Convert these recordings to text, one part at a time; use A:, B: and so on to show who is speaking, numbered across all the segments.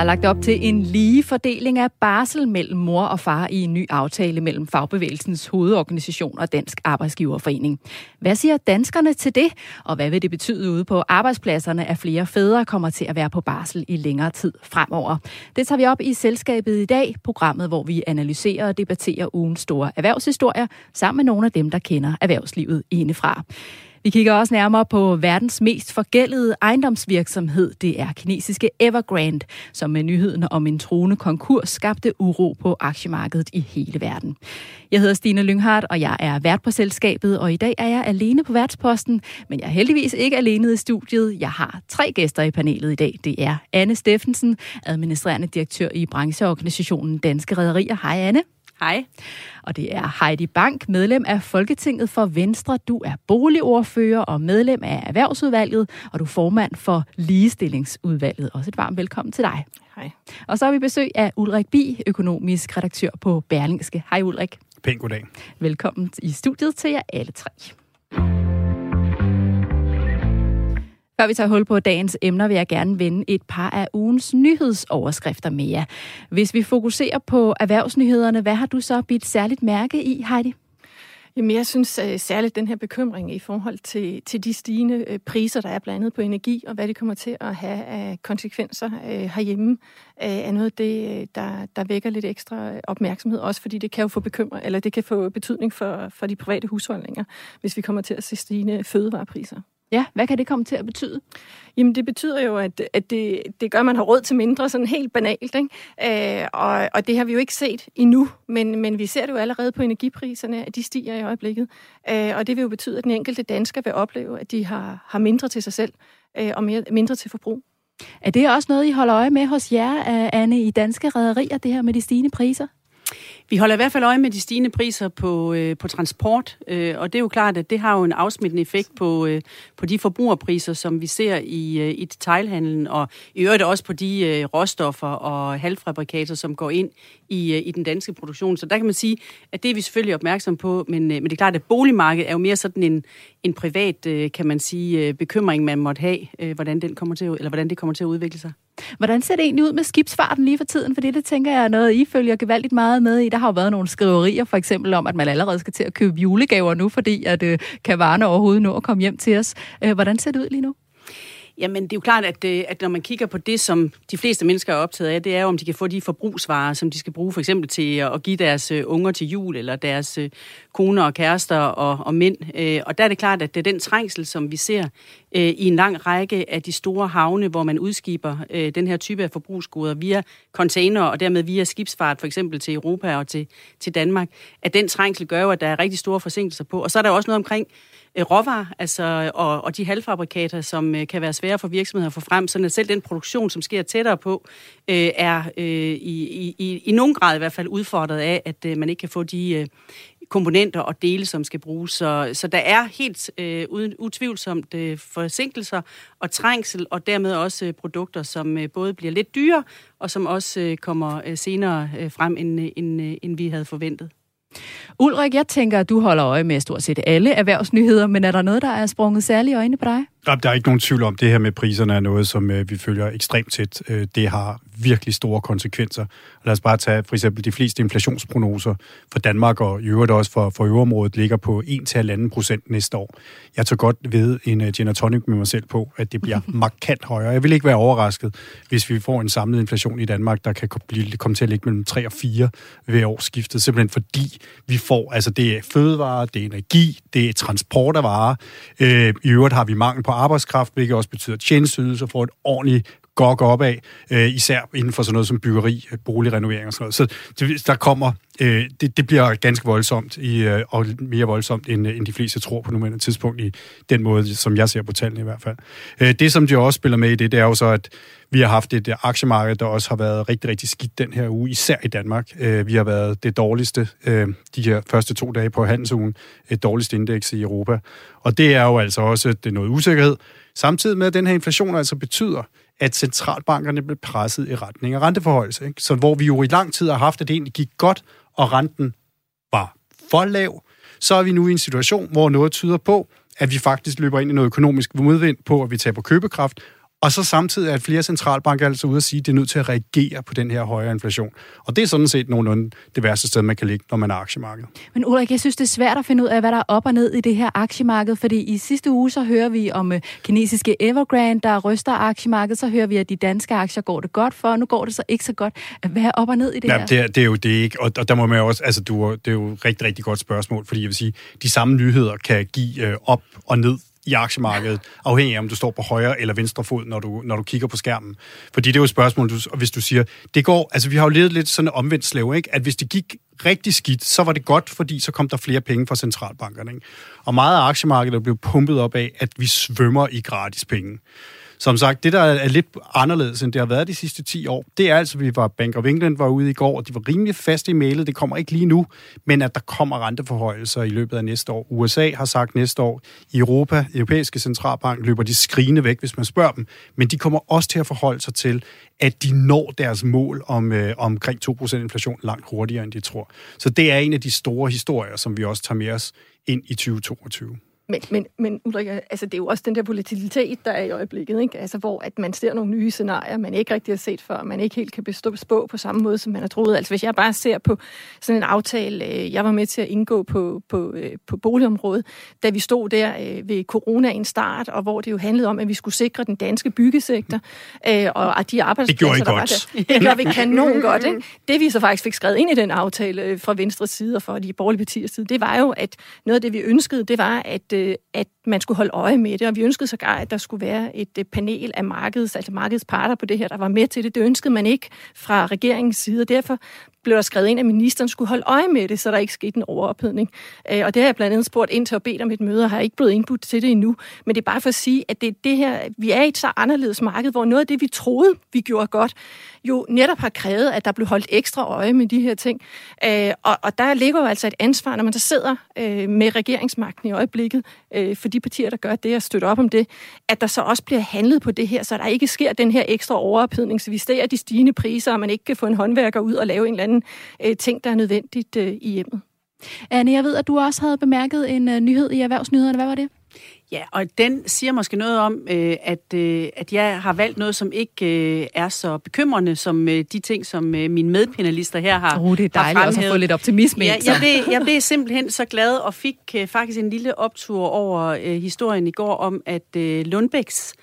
A: er lagt op til en lige fordeling af barsel mellem mor og far i en ny aftale mellem Fagbevægelsens hovedorganisation og Dansk Arbejdsgiverforening. Hvad siger danskerne til det, og hvad vil det betyde ude på arbejdspladserne, at flere fædre kommer til at være på barsel i længere tid fremover? Det tager vi op i Selskabet i dag, programmet, hvor vi analyserer og debatterer ugens store erhvervshistorier sammen med nogle af dem, der kender erhvervslivet indefra. Vi kigger også nærmere på verdens mest forgældede ejendomsvirksomhed. Det er kinesiske Evergrande, som med nyheden om en truende konkurs skabte uro på aktiemarkedet i hele verden. Jeg hedder Stine Lynghardt, og jeg er vært på Selskabet, og i dag er jeg alene på værtsposten, men jeg er heldigvis ikke alene i studiet. Jeg har 3 gæster i panelet i dag. Det er Anne Steffensen, administrerende direktør i brancheorganisationen Danske Rederier. Hej Anne.
B: Hej.
A: Og det er Heidi Bank, medlem af Folketinget for Venstre. Du er boligordfører og medlem af Erhvervsudvalget, og du er formand for Ligestillingsudvalget. Også et varmt velkommen til dig.
B: Hej.
A: Og så har vi besøg af Ulrik Bie, økonomisk redaktør på Berlingske. Hej Ulrik.
C: Pænt goddag.
A: Velkommen i studiet til jer alle 3. Før vi tager hul på dagens emner, vil jeg gerne vende et par af ugens nyhedsoverskrifter med jer. Hvis vi fokuserer på erhvervsnyhederne, hvad har du så bidt særligt mærke i, Heidi?
B: Jamen, jeg synes særligt den her bekymring i forhold til de stigende priser, der er blandt andet på energi, og hvad det kommer til at have af konsekvenser herhjemme, er noget af det, der vækker lidt ekstra opmærksomhed, også fordi det kan jo det kan få betydning for de private husholdninger, hvis vi kommer til at se stigende fødevarepriser.
A: Ja, hvad kan det komme til at betyde?
B: Jamen, det betyder jo, at det gør, at man har råd til mindre, sådan helt banalt, ikke? Og det har vi jo ikke set endnu, men vi ser det jo allerede på energipriserne, at de stiger i øjeblikket. Og det vil jo betyde, at den enkelte dansker vil opleve, at de har mindre til sig selv og mindre til forbrug.
A: Er det også noget, I holder øje med hos jer, Anne, i Danske Rederier, det her med de stigende priser?
D: Vi holder i hvert fald øje med de stigende priser på transport, og det er jo klart, at det har jo en afsmittende effekt på de forbrugerpriser, som vi ser i detailhandlen, og i øvrigt også på de råstoffer og halvfabrikater, som går ind i den danske produktion. Så der kan man sige, at det er vi selvfølgelig opmærksom på, men det er klart, at boligmarkedet er jo mere sådan en privat, kan man sige, bekymring, man måtte have, hvordan det kommer til at udvikle sig.
A: Hvordan ser det egentlig ud med skibsfarten lige for tiden? For det tænker jeg er noget, I følger gevaldigt meget med i. Der har jo været nogle skriverier, for eksempel om, at man allerede skal til at købe julegaver nu, fordi at kan varerne overhovedet nå at komme hjem til os. Hvordan ser det ud lige nu?
D: Jamen, det er jo klart, at når man kigger på det, som de fleste mennesker er optaget af, det er jo, om de kan få de forbrugsvarer, som de skal bruge for eksempel til at give deres unger til jul, eller deres koner og kærester og mænd. Og der er det klart, at det er den trængsel, som vi ser i en lang række af de store havne, hvor man udskiber den her type af forbrugsgoder via container og dermed via skibsfart, for eksempel til Europa og til Danmark, at den trængsel gør jo, at der er rigtig store forsinkelser på. Og så er der også noget omkring råvarer, altså, og de halvfabrikater, som kan være svære for virksomheder at få frem, sådan at selv den produktion, som sker tættere på, er i nogen grad i hvert fald udfordret af, at man ikke kan få de komponenter og dele, som skal bruges. Så der er helt utvivlsomt forsinkelser og trængsel, og dermed også produkter, som både bliver lidt dyre, og som også kommer senere frem, end vi havde forventet.
A: Ulrik, jeg tænker, at du holder øje med stort set alle erhvervsnyheder, men er der noget, der er sprunget særligt i øjnene på dig?
C: Der er ikke nogen tvivl om, det her med priserne er noget, som vi følger ekstremt tæt. Det har virkelig store konsekvenser. Lad os bare tage for eksempel de fleste inflationsprognoser for Danmark, og i øvrigt også for øvrigt ligger på 1-1,5% næste år. Jeg tager godt ved en gin og tonic med mig selv på, at det bliver markant højere. Jeg vil ikke være overrasket, hvis vi får en samlet inflation i Danmark, der kan komme til at ligge mellem 3 og 4 ved årsskiftet, simpelthen fordi vi får, altså det er fødevarer, det er energi, det er transport af varer. I øvrigt har vi mangel på arbejdskraft, hvilket også betyder, at tjenesteydelser får et ordentligt gok opad, især inden for sådan noget som byggeri, boligrenovering og sådan noget. Så der kommer, det bliver ganske voldsomt, og mere voldsomt, end de fleste tror på nuværende tidspunkt, i den måde, som jeg ser på tallene i hvert fald. Det, som de også spiller med i det er jo så, at vi har haft et aktiemarked, der også har været rigtig, rigtig skidt den her uge, især i Danmark. Vi har været det dårligste, de her første 2 dage på handelsugen, et dårligst indeks i Europa. Og det er jo altså også noget usikkerhed. Samtidig med, at den her inflation altså betyder, at centralbankerne blev presset i retning af renteforhøjelse. Ikke? Så hvor vi jo i lang tid har haft, at det egentlig gik godt, og renten var for lav, så er vi nu i en situation, hvor noget tyder på, at vi faktisk løber ind i noget økonomisk modvind på, at vi taber købekraft, Og så samtidig er flere centralbanker altså ude at sige, at det er nødt til at reagere på den her højere inflation. Og det er sådan set nogenlunde det værste sted, man kan ligge, når man er aktiemarked.
A: Men Ulrik, jeg synes, det er svært at finde ud af, hvad der er op og ned i det her aktiemarked, fordi i sidste uge, så hører vi om kinesiske Evergrande, der ryster aktiemarkedet, så hører vi, at de danske aktier går det godt for, og nu går det så ikke så godt. Hvad er op og ned i det her?
C: Det er jo det ikke, og der må man jo også, altså det er jo et rigtig, rigtig godt spørgsmål, fordi jeg vil sige, de samme nyheder kan give op og ned i aktiemarkedet, afhængig af, om du står på højre eller venstre fod, når du kigger på skærmen. Fordi det er jo et spørgsmål, hvis du siger, det går, altså vi har jo levet lidt sådan en omvendt slæve, ikke? At hvis det gik rigtig skidt, så var det godt, fordi så kom der flere penge fra centralbankerne, ikke? Og meget af aktiemarkedet blev pumpet op af, at vi svømmer i gratis penge. Som sagt, det der er lidt anderledes, end det har været de sidste 10 år, det er altså, vi var Bank of England var ude i går, og de var rimelig faste i mailet, det kommer ikke lige nu, men at der kommer renteforhøjelser i løbet af næste år. USA har sagt næste år, i Europa, Europæiske Centralbank, løber de skrigende væk, hvis man spørger dem, men de kommer også til at forholde sig til, at de når deres mål om omkring 2% inflation langt hurtigere, end de tror. Så det er en af de store historier, som vi også tager med os ind i 2022.
B: Men Ulrik, altså det er jo også den der volatilitet, der er i øjeblikket, ikke? Altså hvor at man ser nogle nye scenarier, man ikke rigtig har set før, man ikke helt kan spå på samme måde, som man har troet. Altså hvis jeg bare ser på sådan en aftale, jeg var med til at indgå på boligområdet, da vi stod der ved coronaens start, og hvor det jo handlede om, at vi skulle sikre den danske byggesektor, og de arbejdspladser, der var der. Det gjorde vi kanon godt, ikke? Det vi så faktisk fik skrevet ind i den aftale fra Venstres side og fra de borgerlige partiers side, det var jo, at noget af det, vi ønskede, det var, at man skulle holde øje med det, og vi ønskede sågar, at der skulle være et panel af markedets parter på det her, der var med til det. Det ønskede man ikke fra regeringens side, og derfor blev der skrevet ind, at ministeren skulle holde øje med det, så der ikke skete en overophedning. Og det har jeg blandt andet spurgt ind til at bede om et møde, og har ikke blevet indbudt til det endnu. Men det er bare for at sige, at det her, vi er i et så anderledes marked, hvor noget af det, vi troede, vi gjorde godt, jo netop har krævet, at der blev holdt ekstra øje med de her ting. Og der ligger jo altså et ansvar, når man så sidder med regeringsmagten i øjeblikket, for de partier, der gør det og støtter op om det, at der så også bliver handlet på det her, så der ikke sker den her ekstra overophedning, så vi ser de stigende priser, og man ikke kan få en håndværker ud og lave en eller anden ting, der er nødvendigt i hjemmet.
A: Anne, jeg ved, at du også havde bemærket en nyhed i Erhvervsnyhederne. Hvad var det?
D: Ja, og den siger måske noget om, at jeg har valgt noget, som ikke er så bekymrende, som de ting, som mine medpanelister her har
A: det er dejligt også at få lidt optimisme.
D: Ja, jeg blev simpelthen så glad og fik faktisk en lille optur over historien i går om, at Lundbecks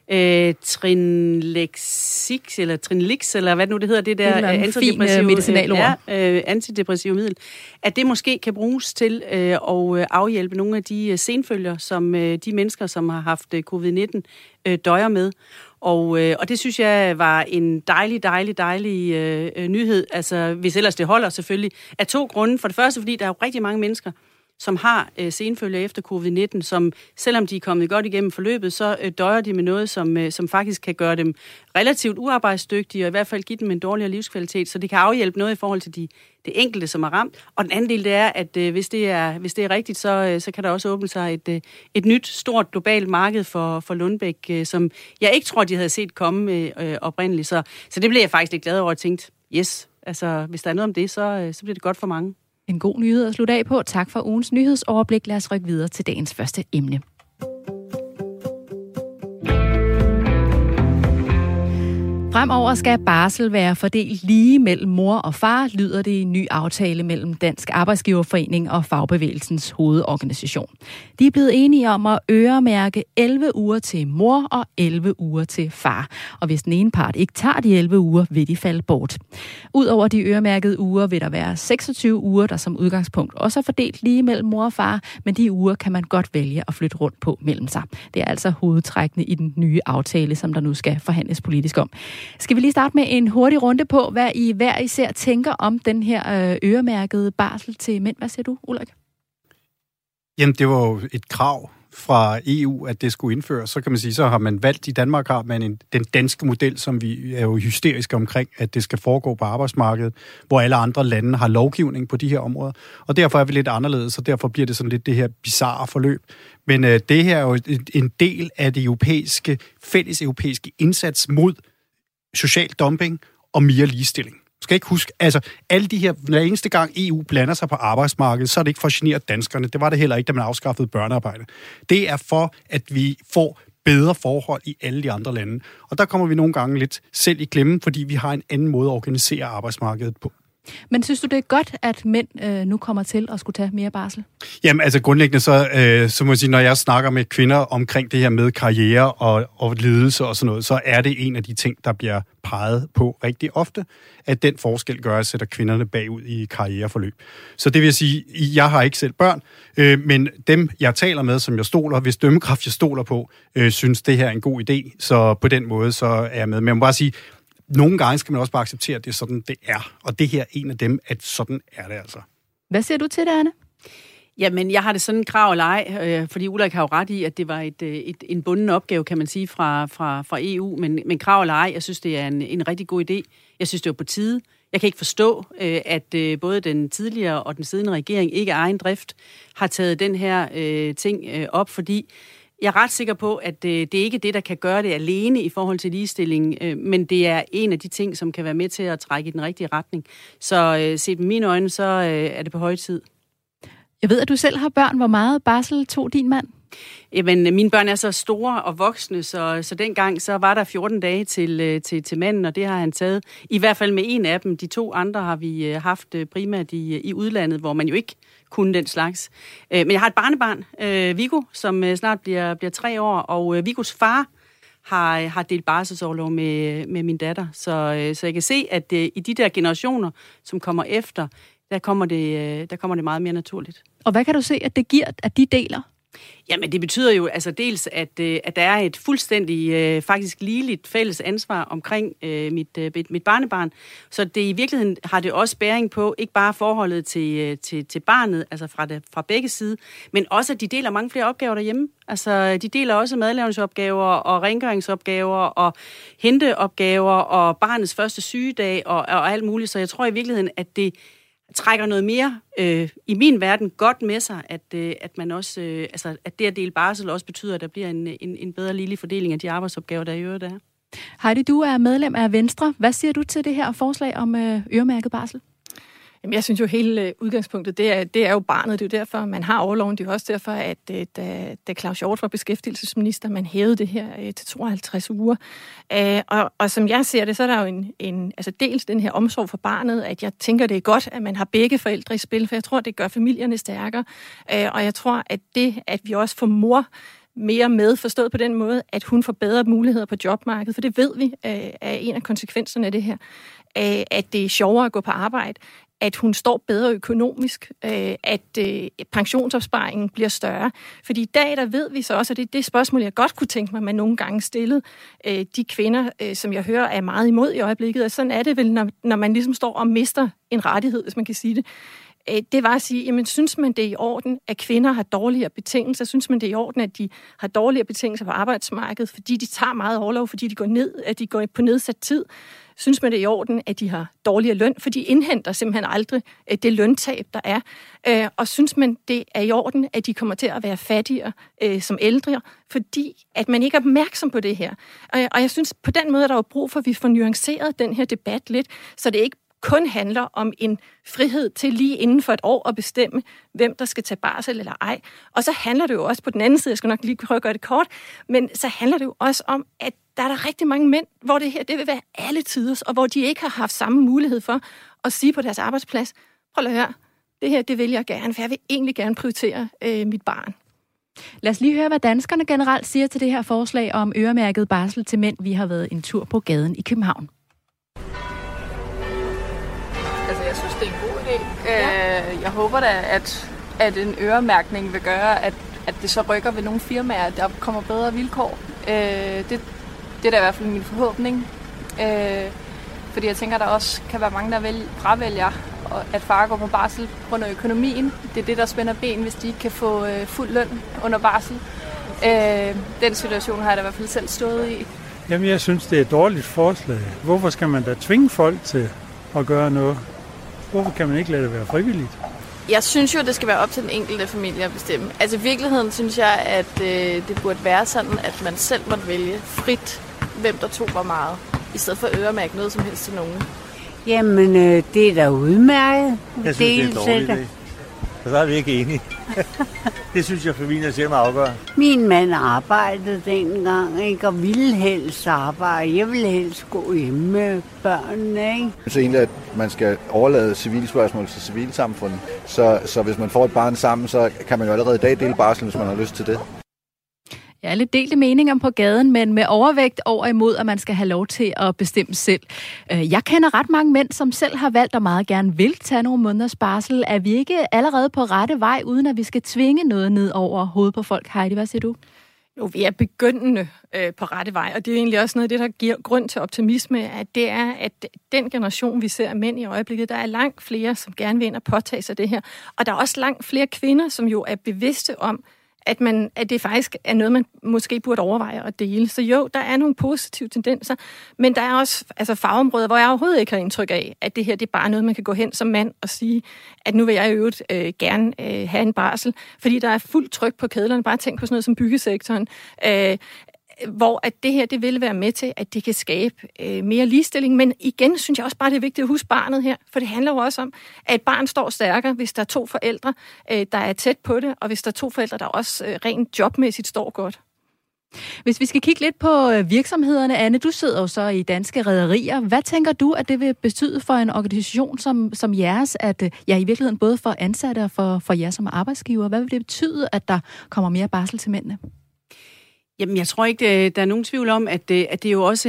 D: Trinlexix, eller hvad nu det hedder, det der antidepressive middel, at det måske kan bruges til at afhjælpe nogle af de senfølger, som de mennesker, som har haft covid-19, døjer med. Og det synes jeg var en dejlig nyhed, altså hvis ellers det holder selvfølgelig, af 2 grunde. For det første, fordi der er jo rigtig mange mennesker, som har senfølger efter covid-19, som selvom de er kommet godt igennem forløbet, så døjer de med noget, som faktisk kan gøre dem relativt uarbejdsdygtige, og i hvert fald give dem en dårligere livskvalitet, så det kan afhjælpe noget i forhold til det enkelte, som er ramt. Og den anden del, det er, at hvis det er rigtigt, så kan der også åbne sig et nyt, stort globalt marked for Lundbeck, som jeg ikke tror, de havde set komme oprindeligt. Så det blev jeg faktisk lidt glad over og tænkt, yes, altså hvis der er noget om det, så bliver det godt for mange.
A: En god nyhed at slutte af på. Tak for ugens nyhedsoverblik. Lad os rykke videre til dagens første emne. Fremover skal barsel være fordelt lige mellem mor og far, lyder det i en ny aftale mellem Dansk Arbejdsgiverforening og Fagbevægelsens hovedorganisation. De er blevet enige om at øremærke 11 uger til mor og 11 uger til far. Og hvis den ene part ikke tager de 11 uger, vil de falde bort. Udover de øremærkede uger vil der være 26 uger, der som udgangspunkt også er fordelt lige mellem mor og far, men de uger kan man godt vælge at flytte rundt på mellem sig. Det er altså hovedtrækkene i den nye aftale, som der nu skal forhandles politisk om. Skal vi lige starte med en hurtig runde på, hvad I hver især tænker om den her øremærkede barsel til mænd? Hvad siger du, Ulrik?
C: Jamen, det var jo et krav fra EU, at det skulle indføres. Så kan man sige, så har man valgt, i Danmark har man den danske model, som vi er jo hysteriske omkring, at det skal foregå på arbejdsmarkedet, hvor alle andre lande har lovgivning på de her områder. Og derfor er vi lidt anderledes, og derfor bliver det sådan lidt det her bizarre forløb. Men det her er jo en del af det fælles europæiske indsats mod social dumping og mere ligestilling. Du skal ikke huske, altså alle de her, hver eneste gang EU blander sig på arbejdsmarkedet, så er det ikke for at genere danskerne. Det var det heller ikke, da man afskaffede børnearbejde. Det er for, at vi får bedre forhold i alle de andre lande. Og der kommer vi nogle gange lidt selv i klemme, fordi vi har en anden måde at organisere arbejdsmarkedet på.
A: Men synes du, det er godt, at mænd nu kommer til at skulle tage mere barsel?
C: Jamen, altså grundlæggende så må jeg sige, når jeg snakker med kvinder omkring det her med karriere og ledelse og sådan noget, så er det en af de ting, der bliver peget på rigtig ofte, at den forskel gør, at sætter kvinderne bagud i karriereforløb. Så det vil sige, jeg har ikke selv børn, men dem, jeg taler med, som jeg stoler, hvis dømmekraft jeg stoler på, synes, det her er en god idé. Så på den måde, så er jeg med. Men jeg må bare sige, nogle gange skal man også bare acceptere, at det er sådan, det er. Og det her er en af dem, at sådan er det altså.
A: Hvad siger du til det, Anne?
D: Jamen, jeg har det sådan en krav eller ej, fordi Ulrik har jo ret i, at det var en bunden opgave, kan man sige, fra EU. Men krav eller ej, jeg synes, det er en rigtig god idé. Jeg synes, det er på tide. Jeg kan ikke forstå, at både den tidligere og den siddende regering ikke af egen drift har taget den her ting op, fordi jeg er ret sikker på, at det ikke er det, der kan gøre det alene i forhold til ligestilling, men det er en af de ting, som kan være med til at trække i den rigtige retning. Så set med mine øjne, så er det på høje tid.
A: Jeg ved, at du selv har børn. Hvor meget barsel tog din mand?
D: Jamen, mine børn er så store og voksne, så dengang så var der 14 dage til manden, og det har han taget. I hvert fald med en af dem. De 2 andre har vi haft primært i udlandet, hvor man jo ikke kunne den slags. Men jeg har et barnebarn, Viggo, som snart bliver 3 år, og Viggos far har delt barselsorlov med min datter. Så jeg kan se, at i de der generationer, som kommer efter, der kommer det meget mere naturligt. Og hvad kan du se, at det giver, at de deler? Jamen, det betyder jo altså dels, at der er et fuldstændig faktisk ligeligt fælles ansvar omkring mit barnebarn. Så det i virkeligheden har det også bæring på, ikke bare forholdet til barnet, altså fra begge sider, men også, at de deler mange flere opgaver derhjemme. Altså, de deler også madlavningsopgaver og rengøringsopgaver og henteopgaver og barnets første sygedag og alt muligt. Så jeg tror i virkeligheden, at det trækker noget mere i min verden godt med sig, at man også, at det at dele barsel også betyder, at der bliver en bedre ligelig fordeling af de arbejdsopgaver, der i øvrigt er. Heidi, du er medlem af Venstre. Hvad siger du til det her forslag om øremærket barsel?
B: Jamen, jeg synes jo, hele udgangspunktet, det er jo barnet. Det er jo derfor, man har orloven. Det er jo også derfor, at da Claus Hjort var beskæftigelsesminister, man hævede det her til 52 uger. Og som jeg ser det, så er der jo altså dels den her omsorg for barnet, at jeg tænker, det er godt, at man har begge forældre i spil, for jeg tror, det gør familierne stærkere. Og jeg tror, at det, at vi også får mor mere med, forstået på den måde, at hun får bedre muligheder på jobmarkedet, for det ved vi er en af konsekvenserne af det her, at det er sjovere at gå på arbejde, at hun står bedre økonomisk, at pensionsopsparingen bliver større. Fordi i dag, der ved vi så også, og det er det spørgsmål, jeg godt kunne tænke mig, at man nogle gange stillede de kvinder, som jeg hører er meget imod i øjeblikket, og sådan er det vel, når man ligesom står og mister en rettighed, hvis man kan sige det. Det var at sige, jamen synes man det er i orden, at kvinder har dårligere betingelser? Synes man det er i orden, at de har dårligere betingelser på arbejdsmarkedet, fordi de tager meget orlov, fordi de går på nedsat tid? Synes man det er i orden, at de har dårligere løn, for de indhenter simpelthen aldrig det løntab, der er? Og synes man det er i orden, at de kommer til at være fattigere som ældre, fordi at man ikke er opmærksom på det her? Og jeg synes på den måde, at der er brug for, at vi får nuanceret den her debat lidt, så det ikke kun handler om en frihed til lige inden for et år at bestemme, hvem der skal tage barsel eller ej. Og så handler det jo også på den anden side, jeg skal nok lige prøve at gøre det kort, men så handler det jo også om, at der er der rigtig mange mænd, hvor det her, det vil være alle tiders, og hvor de ikke har haft samme mulighed for at sige på deres arbejdsplads, prøv at høre, det her, det vil jeg gerne, for jeg vil egentlig gerne prioritere mit barn.
A: Lad os lige høre, hvad danskerne generelt siger til det her forslag om øremærket barsel til mænd. Vi har været en tur på gaden i København.
E: Altså, jeg synes, det er en god idé. Jeg håber da, at en øremærkning vil gøre, at det så rykker ved nogle firmaer, at der kommer bedre vilkår. Det er da i hvert fald min forhåbning. Fordi jeg tænker, at der også kan være mange, der fravælger, at far går på barsel på grund af økonomien. Det er det, der spænder ben, hvis de ikke kan få fuld løn under barsel. Den situation har jeg da i hvert fald selv stået i.
F: Jamen, jeg synes, det er et dårligt forslag. Hvorfor skal man da tvinge folk til at gøre noget? Hvorfor kan man ikke lade det være frivilligt?
E: Jeg synes jo, det skal være op til den enkelte familie at bestemme. Altså i virkeligheden synes jeg, at det burde være sådan, at man selv måtte vælge frit, hvem der tog hvor meget, i stedet for at øremærke noget som helst til nogen.
G: Jamen, det er da udmærket.
F: Jeg synes, det er en dårlig idé.
G: Og så er vi ikke enige. Det synes jeg for min er selv afgør.
H: Min mand arbejdede dengang, ikke? Og ville helst arbejde. Jeg ville helst gå hjemme med børnene, ikke?
I: Så egentlig, at man skal overlade civilspørgsmål til civilsamfundet. Så hvis man får et barn sammen, så kan man jo allerede i dag dele barsel, hvis man har lyst til det.
A: Ja, lidt delte meninger på gaden, men med overvægt over imod, at man skal have lov til at bestemme selv. Jeg kender ret mange mænd, som selv har valgt og meget gerne vil tage nogle måneders barsel. Er vi ikke allerede på rette vej, uden at vi skal tvinge noget ned over hovedet på folk? Heidi, hvad siger du?
B: Jo, vi er begyndende på rette vej, og det er egentlig også noget af det, der giver grund til optimisme, at det er, at den generation, vi ser af mænd i øjeblikket, der er langt flere, som gerne vil ind og påtage sig det her. Og der er også langt flere kvinder, som jo er bevidste om, at det faktisk er noget, man måske burde overveje at dele. Så jo, der er nogle positive tendenser, men der er også fagområder, hvor jeg overhovedet ikke har indtryk af, at det her det er bare noget, man kan gå hen som mand og sige, at nu vil jeg i øvrigt gerne have en barsel, fordi der er fuldt tryk på kædlerne. Bare tænk på sådan noget som byggesektoren, hvor at det her det vil være med til, at det kan skabe mere ligestilling. Men igen synes jeg også bare, det er vigtigt at huske barnet her, for det handler jo også om, at et barn står stærkere, hvis der er 2 forældre, der er tæt på det, og hvis der er 2 forældre, der også rent jobmæssigt står godt.
A: Hvis vi skal kigge lidt på virksomhederne, Anne, du sidder jo så i Danske Rederier. Hvad tænker du, at det vil betyde for en organisation som jeres, at i virkeligheden både for ansatte og for jer som arbejdsgiver, hvad vil det betyde, at der kommer mere barsel til mændene?
D: Jamen, jeg tror ikke, der er nogen tvivl om, at det er jo også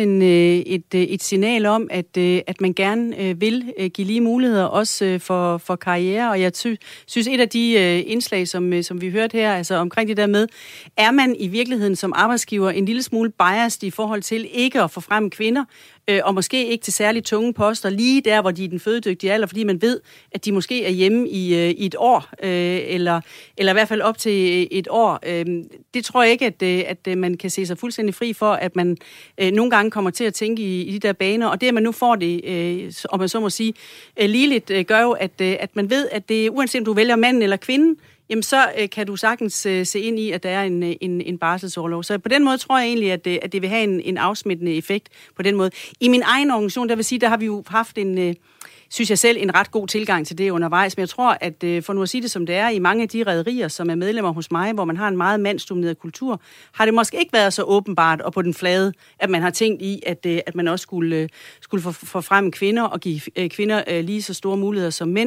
D: et signal om, at man gerne vil give lige muligheder, også for karriere. Og jeg synes, et af de indslag, som vi hørte her, altså omkring det der med, er man i virkeligheden som arbejdsgiver en lille smule biased i forhold til ikke at få frem kvinder, og måske ikke til særligt tunge poster, lige der, hvor de er den fødedygtige alder, fordi man ved, at de måske er hjemme i et år, eller i hvert fald op til et år. Det tror jeg ikke, at man kan se sig fuldstændig fri for, at man nogle gange kommer til at tænke i de der baner, og det, at man nu får det, om man så må sige, ligeligt, gør jo, at man ved, at det, uanset om du vælger manden eller kvinden, jamen så kan du sagtens se ind i, at der er en barselsorlov. Så på den måde tror jeg egentlig, at det vil have en afsmittende effekt på den måde. I min egen organisation, der vil sige, der har vi jo haft synes jeg selv, en ret god tilgang til det undervejs. Men jeg tror, at for nu at sige det som det er, i mange af de rederier, som er medlemmer hos mig, hvor man har en meget mandsdomineret kultur, har det måske ikke været så åbenbart og på den flade, at man har tænkt i, at man også skulle få frem kvinder og give kvinder lige så store muligheder som mænd,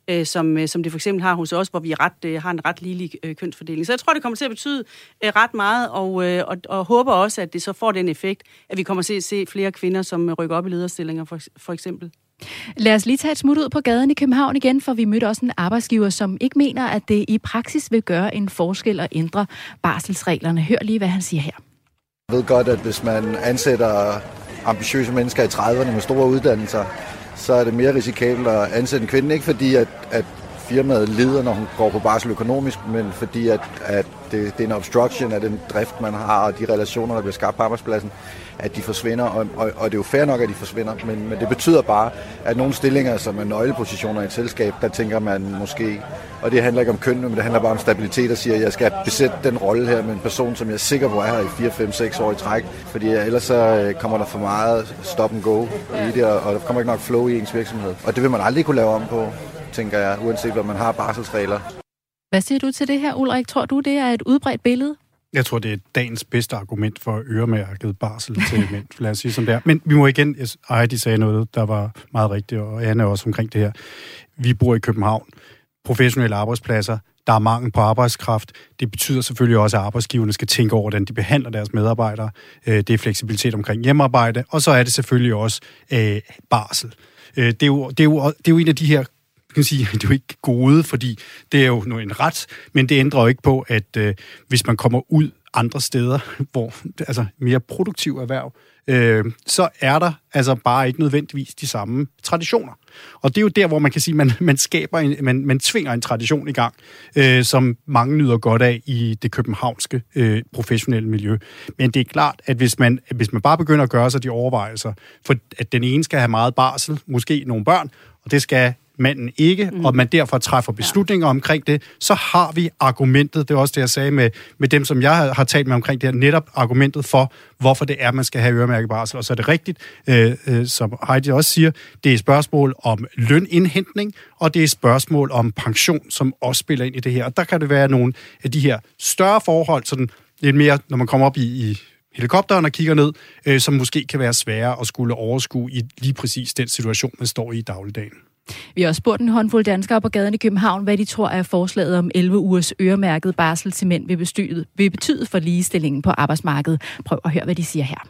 D: som det for eksempel har hos os, hvor vi har en ret ligelig kønsfordeling. Så jeg tror, det kommer til at betyde ret meget, og håber også, at det så får den effekt, at vi kommer til at se flere kvinder, som rykker op i lederstillinger for eksempel.
A: Lad os lige tage et smut ud på gaden i København igen, for vi mødte også en arbejdsgiver, som ikke mener, at det i praksis vil gøre en forskel at ændre barselsreglerne. Hør lige, hvad han siger her.
I: Jeg ved godt, at hvis man ansætter ambitiøse mennesker i 30'erne med store uddannelser, så er det mere risikabelt at ansætte en kvinde. Ikke fordi, at firmaet lider, når hun går på barsel økonomisk, men fordi, at det er en obstruction af den drift, man har, og de relationer, der bliver skabt på arbejdspladsen, at de forsvinder, og det er jo fair nok, at de forsvinder, men det betyder bare, at nogle stillinger, som er nøglepositioner i et selskab, der tænker man måske, og det handler ikke om køn, men det handler bare om stabilitet, og siger, at jeg skal besætte den rolle her med en person, som jeg er sikker på er her i 4, 5, 6 år i træk, fordi ellers så kommer der for meget stop and go i det, og der kommer ikke nok flow i ens virksomhed. Og det vil man aldrig kunne lave om på, tænker jeg, uanset hvad man har barselsregler.
A: Hvad siger du til det her, Ulrik? Tror du, det er et udbredt billede?
C: Jeg tror, det er dagens bedste argument for øremærket barsel til mænd. Lad os sige som det er. Men vi må igen, Heidi sagde noget, der var meget rigtigt, og Anne også omkring det her. Vi bor i København. Professionelle arbejdspladser. Der er mangel på arbejdskraft. Det betyder selvfølgelig også, at arbejdsgiverne skal tænke over, hvordan de behandler deres medarbejdere. Det er fleksibilitet omkring hjemmearbejde. Og så er det selvfølgelig også barsel. Det er jo en af de her, kan sige, det er jo ikke gode, fordi det er jo en ret, men det ændrer jo ikke på, at hvis man kommer ud andre steder, hvor altså mere produktiv erhverv, så er der altså bare ikke nødvendigvis de samme traditioner. Og det er jo der, hvor man kan sige, man tvinger en tradition i gang, som mange nyder godt af i det københavnske professionelle miljø. Men det er klart, at hvis man bare begynder at gøre sig de overvejelser, for at den ene skal have meget barsel, måske nogle børn, og det skal manden ikke, og man derfor træffer beslutninger omkring det, så har vi argumentet, det er også det, jeg sagde med dem, som jeg har talt med omkring det her, netop argumentet for, hvorfor det er, man skal have øremærket barsel. Og så er det rigtigt, som Heidi også siger, det er et spørgsmål om lønindhentning, og det er et spørgsmål om pension, som også spiller ind i det her. Og der kan det være nogle af de her større forhold, sådan lidt mere, når man kommer op i helikopteren og kigger ned, som måske kan være svære at skulle overskue i lige præcis den situation, man står i dagligdagen.
A: Vi har også spurgt en håndfuld danskere på gaden i København, hvad de tror er forslaget om 11 ugers øremærket barsel til mænd vil betyde for ligestillingen på arbejdsmarkedet. Prøv at høre, hvad de siger her.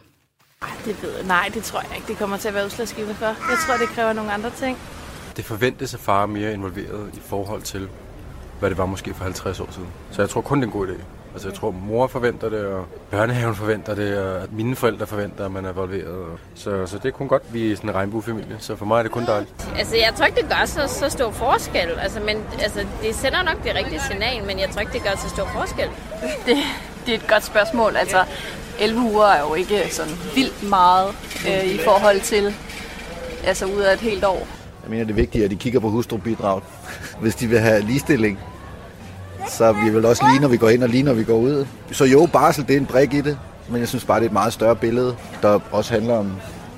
J: Nej, det tror jeg ikke. Det kommer til at være udslagsgivende for. Jeg tror, det kræver nogle andre ting.
K: Det forventes, at far er mere involveret i forhold til, hvad det var måske for 50 år siden. Så jeg tror kun, det er en god idé. Altså, jeg tror, mor forventer det, og børnehaven forventer det, og at mine forældre forventer, at man er involveret. Så det er kun godt, vi er sådan en regnbuefamilie. Så for mig er det kun dejligt.
J: Altså, jeg tror ikke, det gør så stor forskel. Det sender nok det rigtige signal, men jeg tror ikke, det gør så stor forskel.
E: Det er et godt spørgsmål. Altså, 11 uger er jo ikke sådan vildt meget i forhold til, altså ud af et helt år.
I: Jeg mener, det er vigtigt, at de kigger på hustrubidraget. Hvis de vil have ligestilling, så er vi vel også lige, når vi går ind og lige, når vi går ud. Så jo, barsel, det er en brik i det, men jeg synes bare, det er et meget større billede, der også handler om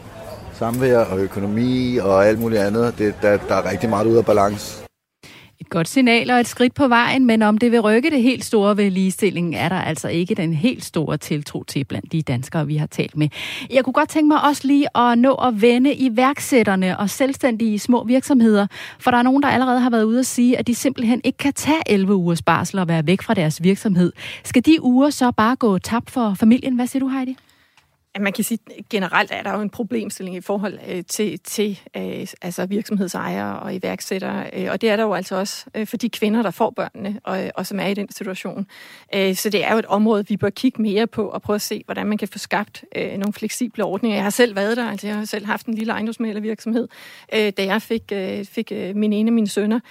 I: samvær og økonomi og alt muligt andet. Der er rigtig meget ude af balance.
A: Et godt signal og et skridt på vejen, men om det vil rykke det helt store ved ligestillingen, er der altså ikke den helt store tiltro til blandt de danskere, vi har talt med. Jeg kunne godt tænke mig også lige at nå at vende iværksætterne og selvstændige i små virksomheder, for der er nogen, der allerede har været ude at sige, at de simpelthen ikke kan tage 11 ugers barsel og være væk fra deres virksomhed. Skal de uger så bare gå tabt for familien? Hvad siger du, Heidi?
B: Man kan sige, at generelt er der jo en problemstilling i forhold til altså virksomhedsejere og iværksættere, og det er der jo altså også for de kvinder, der får børnene, og som er i den situation. Så det er jo et område, vi bør kigge mere på og prøve at se, hvordan man kan få skabt nogle fleksible ordninger. Jeg har selv været der, altså jeg har selv haft en lille ejendomsmæglervirksomhed, da jeg fik min ene af mine sønner,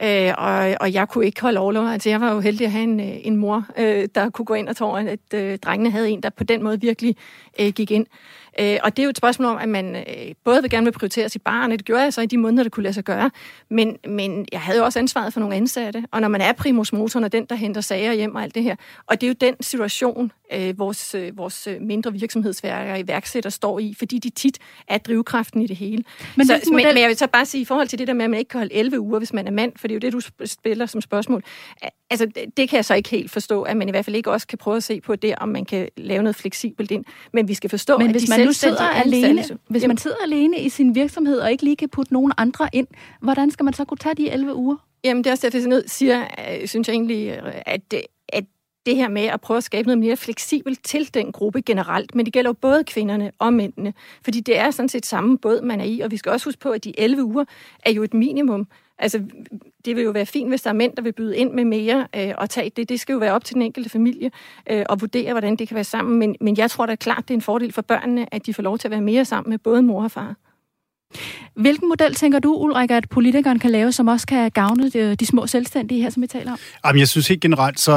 B: og jeg kunne ikke holde overlov. Altså jeg var jo heldig at have en mor, der kunne gå ind og tage over, at drengene havde en, der på den måde virkelig gik ind. Og det er jo et spørgsmål om, at man både vil gerne prioritere sit barn, det gjorde jeg så i de måneder, det kunne lade sig gøre, men jeg havde jo også ansvaret for nogle ansatte, og når man er primus motoren og den, der henter sager hjem og alt det her, og det er jo den situation, vores mindre virksomhedsværker og iværksætter står i, fordi de tit er drivkraften i det hele. Men jeg vil så bare sige, i forhold til det der med, at man ikke kan holde 11 uger, hvis man er mand, for det er jo det, du spiller som spørgsmål. Altså, det kan jeg så ikke helt forstå, at man i hvert fald ikke også kan prøve at se på det, om man kan lave noget fleksibelt ind. Men vi skal forstå, at hvis man nu sidder alene, hvis man sidder alene i sin virksomhed og ikke lige kan putte nogen andre ind, hvordan skal man så kunne tage de 11 uger? Jamen, det er også derfor, jeg siger, synes jeg egentlig, at det her med at prøve at skabe noget mere fleksibelt til den gruppe generelt, men det gælder jo både kvinderne og mændene, fordi det er sådan set samme båd, man er i, og vi skal også huske på, at de 11 uger er jo et minimum. Altså, det vil jo være fint, hvis der er mænd, der vil byde ind med mere og tage det. Det skal jo være op til den enkelte familie og vurdere, hvordan det kan være sammen. Men jeg tror da klart, det er en fordel for børnene, at de får lov til at være mere sammen med både mor og far. Hvilken model tænker du, Ulrik, at politikeren kan lave, som også kan gavne de små selvstændige her, som vi taler om? Jamen,
C: jeg synes helt generelt, så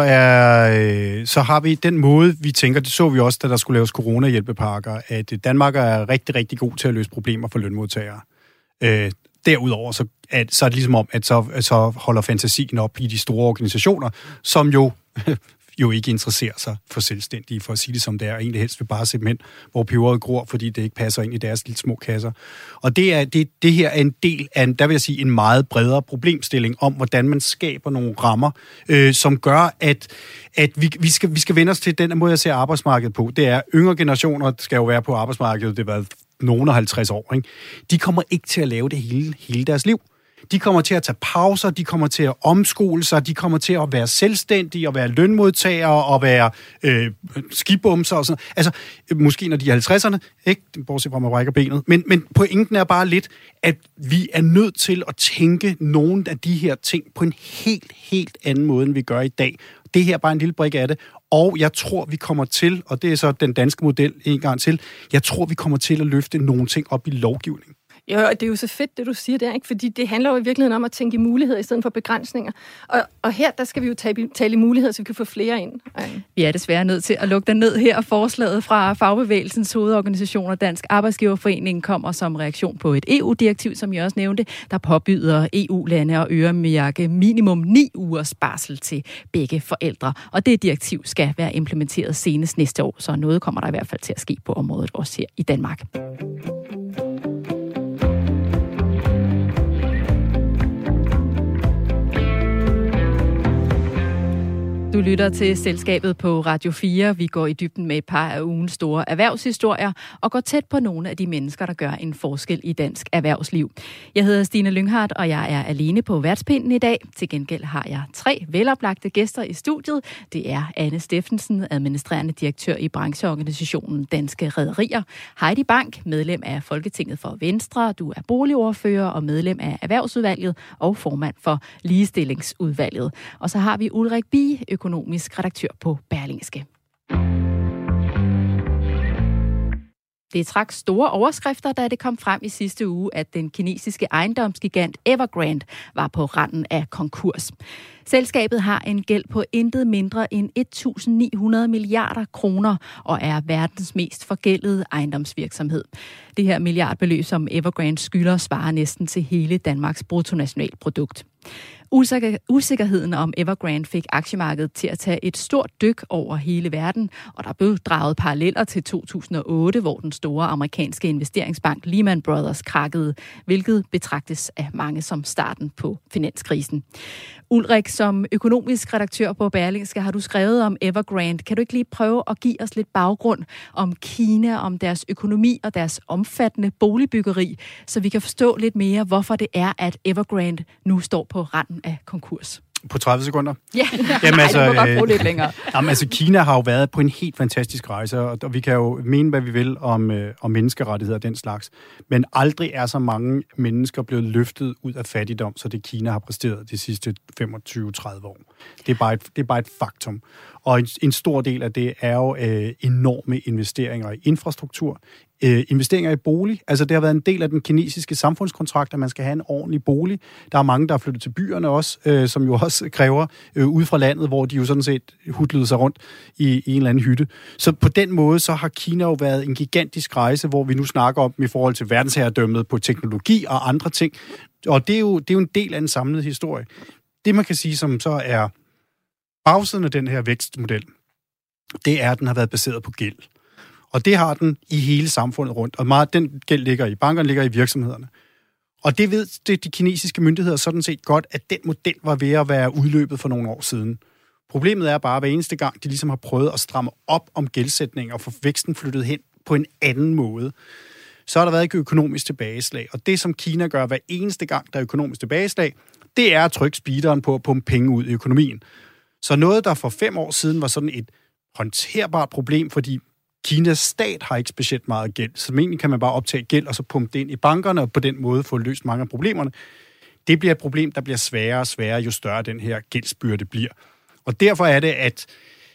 C: har vi den måde, vi tænker, det så vi også, da der skulle laves coronahjælpepakker, at Danmark er rigtig, rigtig god til at løse problemer for lønmodtagere. Derudover så er det ligesom om, at så holder fantasien op i de store organisationer, som jo ikke interesserer sig for selvstændige, for at sige det som det er, og egentlig helst vil bare se mænd, hvor peberet gror, fordi det ikke passer ind i deres lille små kasser. Og det her er en del af, der vil jeg sige, en meget bredere problemstilling om, hvordan man skaber nogle rammer, som gør, at vi skal vende os til den måde, jeg ser arbejdsmarkedet på. Det er, yngre generationer skal jo være på arbejdsmarkedet, det har været nogen af 50 år, ikke? De kommer ikke til at lave det hele deres liv. De kommer til at tage pauser, de kommer til at omskole sig, de kommer til at være selvstændige og være lønmodtagere og være skibumser og sådan. Altså, måske når de er 50'erne, ikke? Bortset fra, at man rækker benet. Men pointen er bare lidt, at vi er nødt til at tænke nogle af de her ting på en helt anden måde, end vi gør i dag. Det her er bare en lille brik af det. Og jeg tror, vi kommer til, og det er så den danske model en gang til, jeg tror, vi kommer til at løfte nogle ting op i lovgivningen.
B: Jo, det er jo så fedt, det du siger der, ikke? Fordi det handler jo i virkeligheden om at tænke i muligheder i stedet for begrænsninger. Og her, der skal vi jo tale i muligheder, så vi kan få flere ind.
A: Vi er desværre nødt til at lukke den ned her. Forslaget fra Fagbevægelsens hovedorganisation og Dansk Arbejdsgiverforening kommer som reaktion på et EU-direktiv, som jeg også nævnte, der påbyder EU-lande at øremærke minimum 9 ugers barsel til begge forældre. Og det direktiv skal være implementeret senest næste år, så noget kommer der i hvert fald til at ske på området også her i Danmark. Du lytter til Selskabet på Radio 4. Vi går i dybden med et par af ugens store erhvervshistorier og går tæt på nogle af de mennesker, der gør en forskel i dansk erhvervsliv. Jeg hedder Stine Lynghardt, og jeg er alene på værtspinden i dag. Til gengæld har jeg 3 veloplagte gæster i studiet. Det er Anne Steffensen, administrerende direktør i brancheorganisationen Danske Rederier. Heidi Bank, medlem af Folketinget for Venstre. Du er boligordfører og medlem af Erhvervsudvalget og formand for Ligestillingsudvalget. Og så har vi Ulrik Bie, økonomisk redaktør på Berlingske. Det trak store overskrifter, da det kom frem i sidste uge, at den kinesiske ejendomsgigant Evergrande var på randen af konkurs. Selskabet har en gæld på intet mindre end 1.900 milliarder kroner og er verdens mest forgældede ejendomsvirksomhed. Det her milliardbeløb, som Evergrande skylder, svarer næsten til hele Danmarks bruttonationalprodukt. Usikkerheden om Evergrande fik aktiemarkedet til at tage et stort dyk over hele verden, og der blev draget paralleller til 2008, hvor den store amerikanske investeringsbank Lehman Brothers krakkede, hvilket betragtes af mange som starten på finanskrisen. Ulrik, som økonomisk redaktør på Berlingske, har du skrevet om Evergrande. Kan du ikke lige prøve at give os lidt baggrund om Kina, om deres økonomi og deres omfattende boligbyggeri, så vi kan forstå lidt mere, hvorfor det er, at Evergrande nu står på randen af konkurs?
C: På 30 sekunder?
A: Ja, jamen, altså, du må godt bruge lidt længere.
C: Jamen, altså, Kina har jo været på en helt fantastisk rejse, og vi kan jo mene, hvad vi vil om menneskerettigheder og den slags. Men aldrig er så mange mennesker blevet løftet ud af fattigdom, så det Kina har præsteret de sidste 25-30 år. Det er bare et faktum. Og en stor del af det er jo enorme investeringer i infrastruktur, investeringer i bolig. Altså det har været en del af den kinesiske samfundskontrakt, at man skal have en ordentlig bolig. Der er mange, der er flyttet til byerne også, som jo også kræver ude fra landet, hvor de jo sådan set hudlede sig rundt i en eller anden hytte. Så på den måde, så har Kina jo været en gigantisk rejse, hvor vi nu snakker om i forhold til verdensherredømmet på teknologi og andre ting. Og det er jo en del af en samlet historie. Det man kan sige, som så er bagsiden af den her vækstmodel, det er, at den har været baseret på gæld. Og det har den i hele samfundet rundt. Og meget den gæld ligger i bankerne, ligger i virksomhederne. Og det ved de kinesiske myndigheder sådan set godt, at den model var ved at være udløbet for nogle år siden. Problemet er bare, at hver eneste gang, de ligesom har prøvet at stramme op om gældsætning og få væksten flyttet hen på en anden måde, så har der været ikke økonomisk tilbageslag. Og det, som Kina gør hver eneste gang, der er økonomisk tilbageslag, det er at trykke speederen på at pumpe penge ud i økonomien. Så noget, der for 5 år siden var sådan et håndterbart problem, fordi Kinas stat har ikke specielt meget gæld, så egentlig kan man bare optage gæld og så pumpe det ind i bankerne og på den måde få løst mange af problemerne. Det bliver et problem, der bliver sværere og sværere, jo større den her gældsbyrde bliver. Og derfor er det, at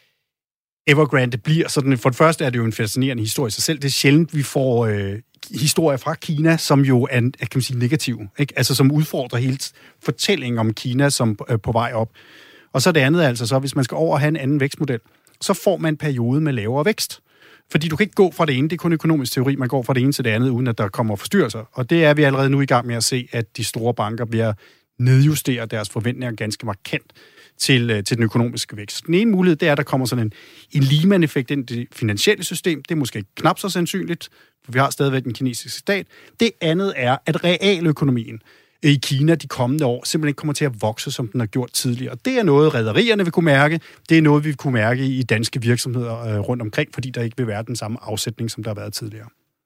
C: Evergrande bliver sådan, for det første er det jo en fascinerende historie i sig selv. Det er sjældent, vi får historier fra Kina, som jo er kan man sige, negative, ikke? Altså som udfordrer hele fortællingen om Kina som på vej op. Og så det andet altså så, hvis man skal over have en anden vækstmodel, så får man en periode med lavere vækst. Fordi du kan ikke gå fra det ene, det er kun økonomisk teori, man går fra det ene til det andet, uden at der kommer forstyrrelser. Og det er vi allerede nu i gang med at se, at de store banker bliver nedjustere deres forventninger ganske markant til den økonomiske vækst. Den ene mulighed, det er, at der kommer sådan en Lehman-effekt ind i det finansielle system. Det er måske knap så sandsynligt, for vi har stadigvæk den kinesiske stat. Det andet er, at realøkonomien i Kina de kommende år simpelthen ikke kommer til at vokse, som den har gjort tidligere. Det er noget, rederierne vil kunne mærke. Det er noget, vi vil kunne mærke i danske virksomheder rundt omkring, fordi der ikke vil være den samme afsætning, som der har været tidligere.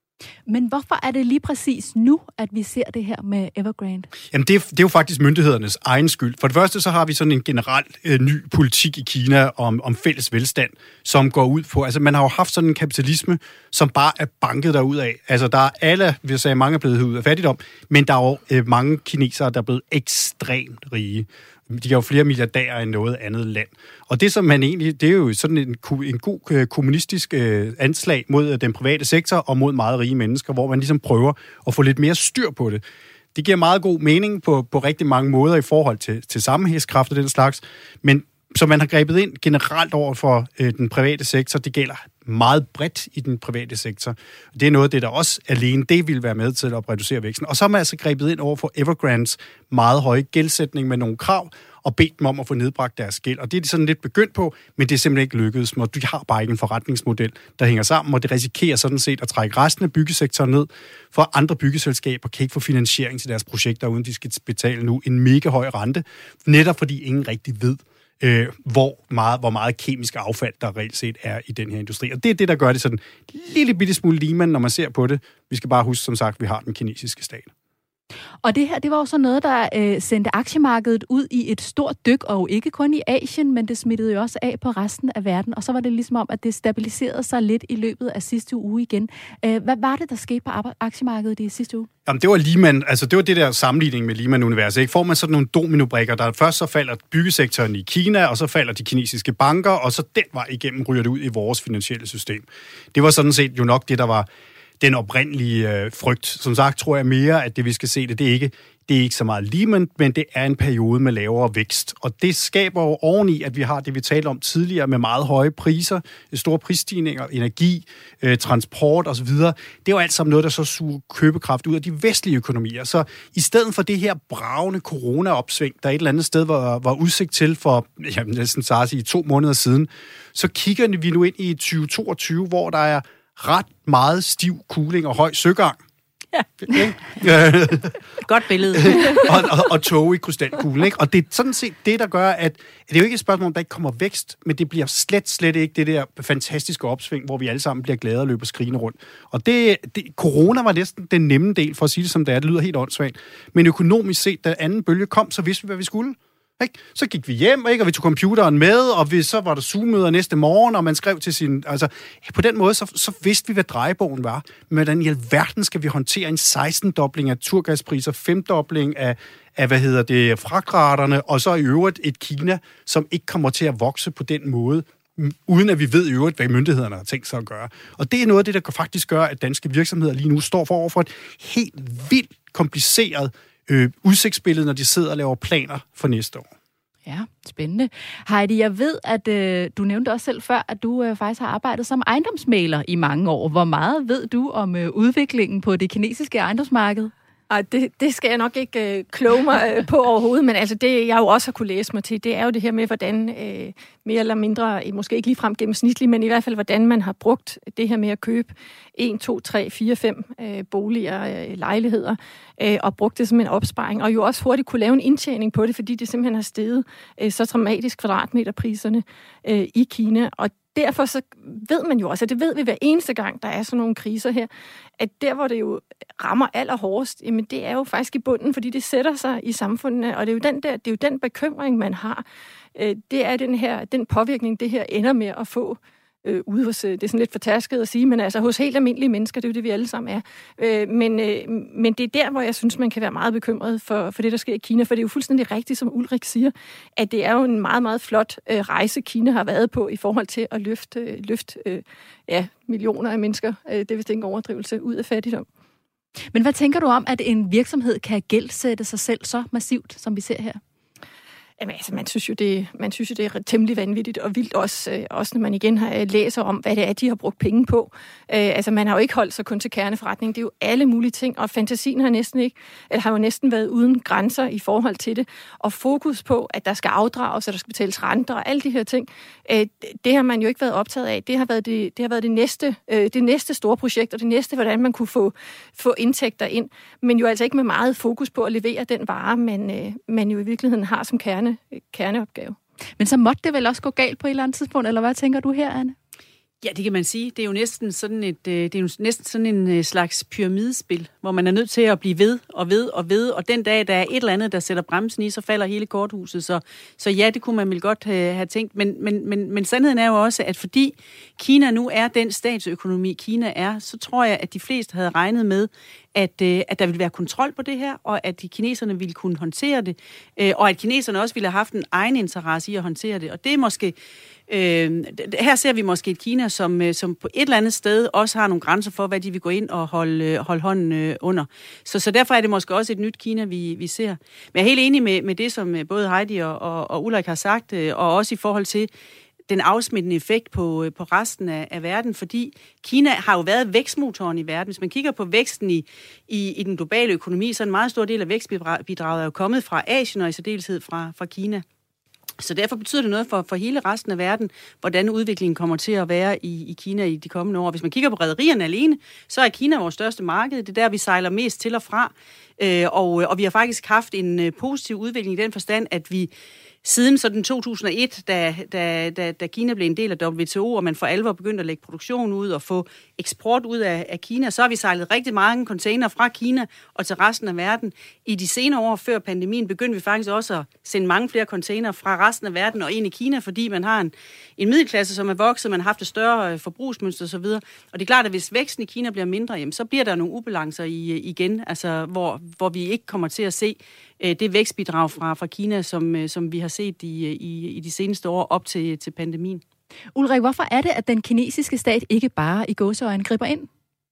A: Men hvorfor er det lige præcis nu, at vi ser det her med Evergrande?
C: Jamen, det er jo faktisk myndighedernes egen skyld. For det første, så har vi sådan en generel ny politik i Kina om fælles velstand, som går ud på, altså man har jo haft sådan en kapitalisme, som bare er banket derudad. Altså der er alle, vi sagde, mange er blevet ud af fattigdom, men der er jo mange kinesere, der er blevet ekstremt rige. De har jo flere milliardærer end noget andet land. Og det, som man egentlig, det er jo sådan en god kommunistisk anslag mod den private sektor og mod meget rige mennesker, hvor man ligesom prøver at få lidt mere styr på det. Det giver meget god mening på rigtig mange måder i forhold til sammenhængskraft og den slags, men så man har grebet ind generelt over for den private sektor, det gælder meget bredt i den private sektor. Det er noget af det, der også alene det vil være med til at reducere væksten. Og så har man altså grebet ind over for Evergrandes meget høje gældsætning med nogle krav, og bedt dem om at få nedbragt deres gæld. Og det er de sådan lidt begyndt på, men det er simpelthen ikke lykkedes. Og de har bare ikke en forretningsmodel, der hænger sammen, og det risikerer sådan set at trække resten af byggesektoren ned, for andre byggeselskaber kan ikke få finansiering til deres projekter, uden de skal betale nu en mega høj rente, netop fordi ingen rigtig ved, hvor meget kemisk affald, der reelt set er i den her industri. Og det er det, der gør det sådan en lille bitte smule Lehman, når man ser på det. Vi skal bare huske, som sagt, vi har den kinesiske stat.
A: Og det her, det var jo så noget, der sendte aktiemarkedet ud i et stort dyk, og ikke kun i Asien, men det smittede jo også af på resten af verden. Og så var det ligesom om, at det stabiliserede sig lidt i løbet af sidste uge igen. Hvad var det, der skete på aktiemarkedet i sidste uge?
C: Jamen, det var Lehman, altså det var det der sammenligning med Lehman-universet. Ikke? Får man sådan nogle dominobrikker, der først så falder byggesektoren i Kina, og så falder de kinesiske banker, og så den vej igennem ryger det ud i vores finansielle system. Det var sådan set jo nok det, der var den oprindelige frygt. Som sagt tror jeg mere, at det vi skal se det er ikke så meget Lehman, men det er en periode med lavere vækst. Og det skaber jo oveni, at vi har det, vi talte om tidligere, med meget høje priser, store prisstigninger, energi, transport osv. Det er jo alt sammen noget, der så suger købekraft ud af de vestlige økonomier. Så i stedet for det her bravende corona-opsving, der et eller andet sted var udsigt til for, næsten så at sige, 2 måneder siden, så kigger vi nu ind i 2022, hvor der er ret meget stiv kuling og høj søgang.
D: Ja. Godt billede.
C: og tog i krystalkuglen, ikke? Og det er sådan set det, der gør, at det er jo ikke et spørgsmål, om der ikke kommer vækst, men det bliver slet ikke det der fantastiske opsving, hvor vi alle sammen bliver glade og løber skrigende rundt. Og corona var næsten den nemme del, for at sige det som det er. Det lyder helt åndssvagt. Men økonomisk set, da anden bølge kom, så vidste vi, hvad vi skulle. Ikke? Så gik vi hjem, ikke? Og vi tog computeren med, og så var der Zoom-møder næste morgen, og man skrev til sin... Altså, på den måde, så vidste vi, hvad drejebogen var. Men hvordan i alverden skal vi håndtere en 16-dobling af turgaspriser, 5-dobling af fragtraterne, og så i øvrigt et Kina, som ikke kommer til at vokse på den måde, uden at vi ved i øvrigt, hvad myndighederne har tænkt sig at gøre. Og det er noget af det, der faktisk gør, at danske virksomheder lige nu står for et helt vildt kompliceret udsigtsbillede, når de sidder og laver planer for næste år.
A: Ja, spændende. Heidi, jeg ved, at du nævnte også selv før, at du faktisk har arbejdet som ejendomsmægler i mange år. Hvor meget ved du om udviklingen på det kinesiske ejendomsmarked?
B: Ej, det skal jeg nok ikke kloge mig på overhovedet, men altså det, jeg jo også har kunne læse mig til, det er jo det her med, hvordan mere eller mindre, måske ikke ligefrem gennemsnitligt, men i hvert fald, hvordan man har brugt det her med at købe 1, 2, 3, 4, 5 boliger, lejligheder, og brugt det som en opsparing, og jo også hurtigt kunne lave en indtjening på det, fordi det simpelthen har steget så dramatisk kvadratmeterpriserne i Kina, og derfor så ved man jo også, og det ved vi hver eneste gang, der er sådan nogle kriser her, at der, hvor det jo rammer allerhårdest, jamen det er jo faktisk i bunden, fordi det sætter sig i samfundet, og det er jo den bekymring, man har. Det er den påvirkning, det her ender med at få ude hos, det er sådan lidt fortærsket at sige, men altså hos helt almindelige mennesker, det er jo det, vi alle sammen er. Men det er der, hvor jeg synes, man kan være meget bekymret for det, der sker i Kina, for det er jo fuldstændig rigtigt, som Ulrik siger, at det er jo en meget, meget flot rejse, Kina har været på i forhold til at løfte millioner af mennesker, det er vist ikke en overdrivelse, ud af fattigdom.
A: Men hvad tænker du om, at en virksomhed kan gældsætte sig selv så massivt, som vi ser her?
B: Jamen, altså, man synes jo, det er temmelig vanvittigt og vildt også når man igen læser om, hvad det er, de har brugt penge på. Altså, man har jo ikke holdt sig kun til kerneforretning. Det er jo alle mulige ting, og fantasien har jo næsten været uden grænser i forhold til det. Og fokus på, at der skal afdrages, at der skal betales renter og alle de her ting, det har man jo ikke været optaget af. Det har været det næste store projekt, og det næste, hvordan man kunne få indtægter ind. Men jo altså ikke med meget fokus på at levere den vare, man jo i virkeligheden har som kerneopgave.
A: Men så måtte det vel også gå galt på et eller andet tidspunkt, eller hvad tænker du her, Anne?
D: Ja, det kan man sige. Det er jo næsten sådan en slags pyramidespil, hvor man er nødt til at blive ved og ved og ved, og den dag, der er et eller andet, der sætter bremsen i, så falder hele korthuset. Så ja, det kunne man vel godt have tænkt. Men sandheden er jo også, at fordi Kina nu er den statsøkonomi, Kina er, så tror jeg, at de fleste havde regnet med, at der ville være kontrol på det her, og at de kineserne ville kunne håndtere det, og at kineserne også ville have haft en egen interesse i at håndtere det. Og det er måske... her ser vi måske et Kina, som på et eller andet sted også har nogle grænser for, hvad de vil gå ind og holde hånden under. Så derfor er det måske også et nyt Kina, vi ser. Men jeg er helt enig med det, som både Heidi og Ulrik har sagt, og også i forhold til den afsmittende effekt på resten af verden, fordi Kina har jo været vækstmotoren i verden. Hvis man kigger på væksten i den globale økonomi, så en meget stor del af vækstbidraget er jo kommet fra Asien, og i særdeleshed fra Kina. Så derfor betyder det noget for hele resten af verden, hvordan udviklingen kommer til at være i Kina i de kommende år. Hvis man kigger på rederierne alene, så er Kina vores største marked. Det er der, vi sejler mest til og fra. Og vi har faktisk haft en positiv udvikling i den forstand, at vi siden sådan 2001, da Kina blev en del af WTO, og man for alvor begyndte at lægge produktion ud og få eksport ud af Kina, så har vi sejlet rigtig mange container fra Kina og til resten af verden. I de senere år før pandemien begyndte vi faktisk også at sende mange flere container fra resten af verden og ind i Kina, fordi man har en middelklasse, som er vokset, man har haft et større forbrugsmønster osv. Og det er klart, at hvis væksten i Kina bliver mindre, jamen, så bliver der nogle ubalancer igen, altså hvor vi ikke kommer til at se det vækstbidrag fra Kina, som vi har set i de seneste år op til pandemien.
A: Ulrik, hvorfor er det, at den kinesiske stat ikke bare i gåseøjne griber ind?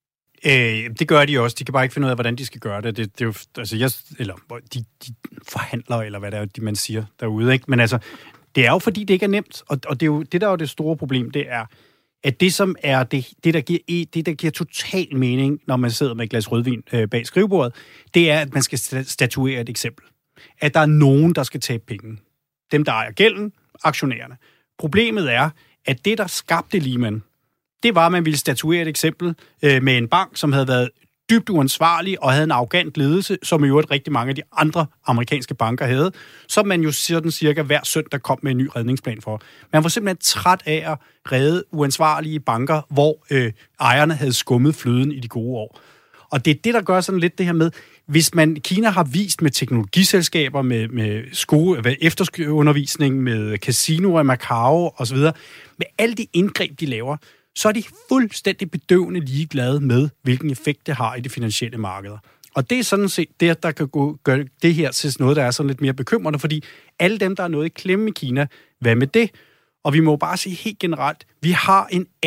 C: Det gør de også. De kan bare ikke finde ud af, hvordan de skal gøre det. Det er jo, altså, de forhandler, eller hvad det er, man siger derude, ikke? Men altså, det er jo fordi, det ikke er nemt, og det er jo det, der er det store problem, det er, at det, som er det der giver total mening, når man sidder med et glas rødvin bag skrivebordet, det er, at man skal statuere et eksempel. At der er nogen, der skal tabe penge. Dem, der ejer gælden, aktionærerne. Problemet er, at det, der skabte Lehman, det var, at man ville statuere et eksempel med en bank, som havde været dybt uansvarlig og havde en arrogant ledelse, som i øvrigt rigtig mange af de andre amerikanske banker havde, som man jo sådan cirka hver søndag kom med en ny redningsplan for. Man var simpelthen træt af at redde uansvarlige banker, hvor ejerne havde skummet fløden i de gode år. Og det er det, der gør sådan lidt det her med, hvis Kina har vist med teknologiselskaber, med efterundervisning, med casinoer i Macau osv., med alle de indgreb, de laver, så er de fuldstændig bedøvende ligeglade med, hvilken effekt det har i de finansielle markeder. Og det er sådan set det, der kan gøre det her til noget, der er sådan lidt mere bekymrende, fordi alle dem, der er noget i klemme i Kina, hvad med det? Og vi må bare sige helt generelt, vi har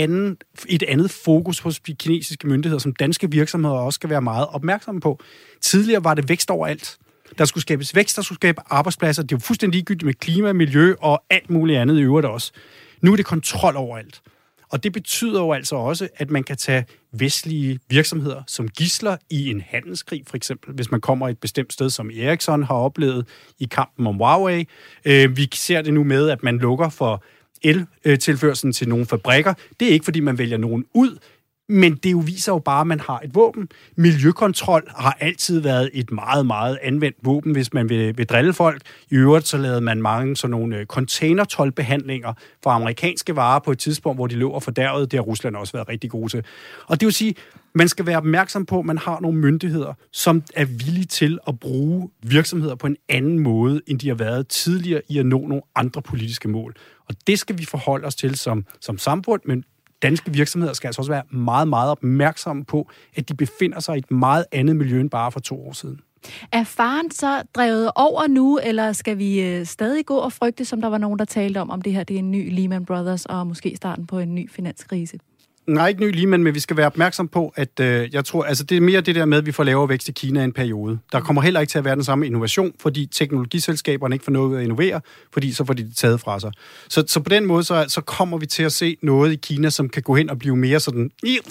C: et andet fokus hos de kinesiske myndigheder, som danske virksomheder også skal være meget opmærksomme på. Tidligere var det vækst overalt. Der skulle skabes vækst, der skulle skabe arbejdspladser. Det er jo fuldstændig ligegyldigt med klima, miljø og alt muligt andet i øvrigt også. Nu er det kontrol overalt. Og det betyder jo altså også, at man kan tage vestlige virksomheder som gidsler i en handelskrig, for eksempel, hvis man kommer et bestemt sted, som Ericsson har oplevet i kampen om Huawei. Vi ser det nu med, at man lukker for el-tilførselen til nogle fabrikker. Det er ikke, fordi man vælger nogen ud, men det viser jo bare, at man har et våben. Miljøkontrol har altid været et meget, meget anvendt våben, hvis man vil drille folk. I øvrigt så lavede man mange sådan nogle containertoldbehandlinger for amerikanske varer på et tidspunkt, hvor de lå og fordærvede. Det har Rusland også været rigtig gode til. Og det vil sige, man skal være opmærksom på, at man har nogle myndigheder, som er villige til at bruge virksomheder på en anden måde, end de har været tidligere i at nå nogle andre politiske mål. Og det skal vi forholde os til som samfund, men danske virksomheder skal altså også være meget, meget opmærksomme på, at de befinder sig i et meget andet miljø end bare for 2 år siden.
A: Er faren så drevet over nu, eller skal vi stadig gå og frygte, som der var nogen, der talte om det her, det er en ny Lehman Brothers og måske starten på en ny finanskrise?
C: Nej, ikke ny Lehman, men vi skal være opmærksom på, at jeg tror, altså det er mere det der med, at vi får lavere vækst i Kina i en periode. Der kommer heller ikke til at være den samme innovation, fordi teknologiselskaberne ikke får noget at innovere, fordi så får de det taget fra sig. Så på den måde, så kommer vi til at se noget i Kina, som kan gå hen og blive mere sådan,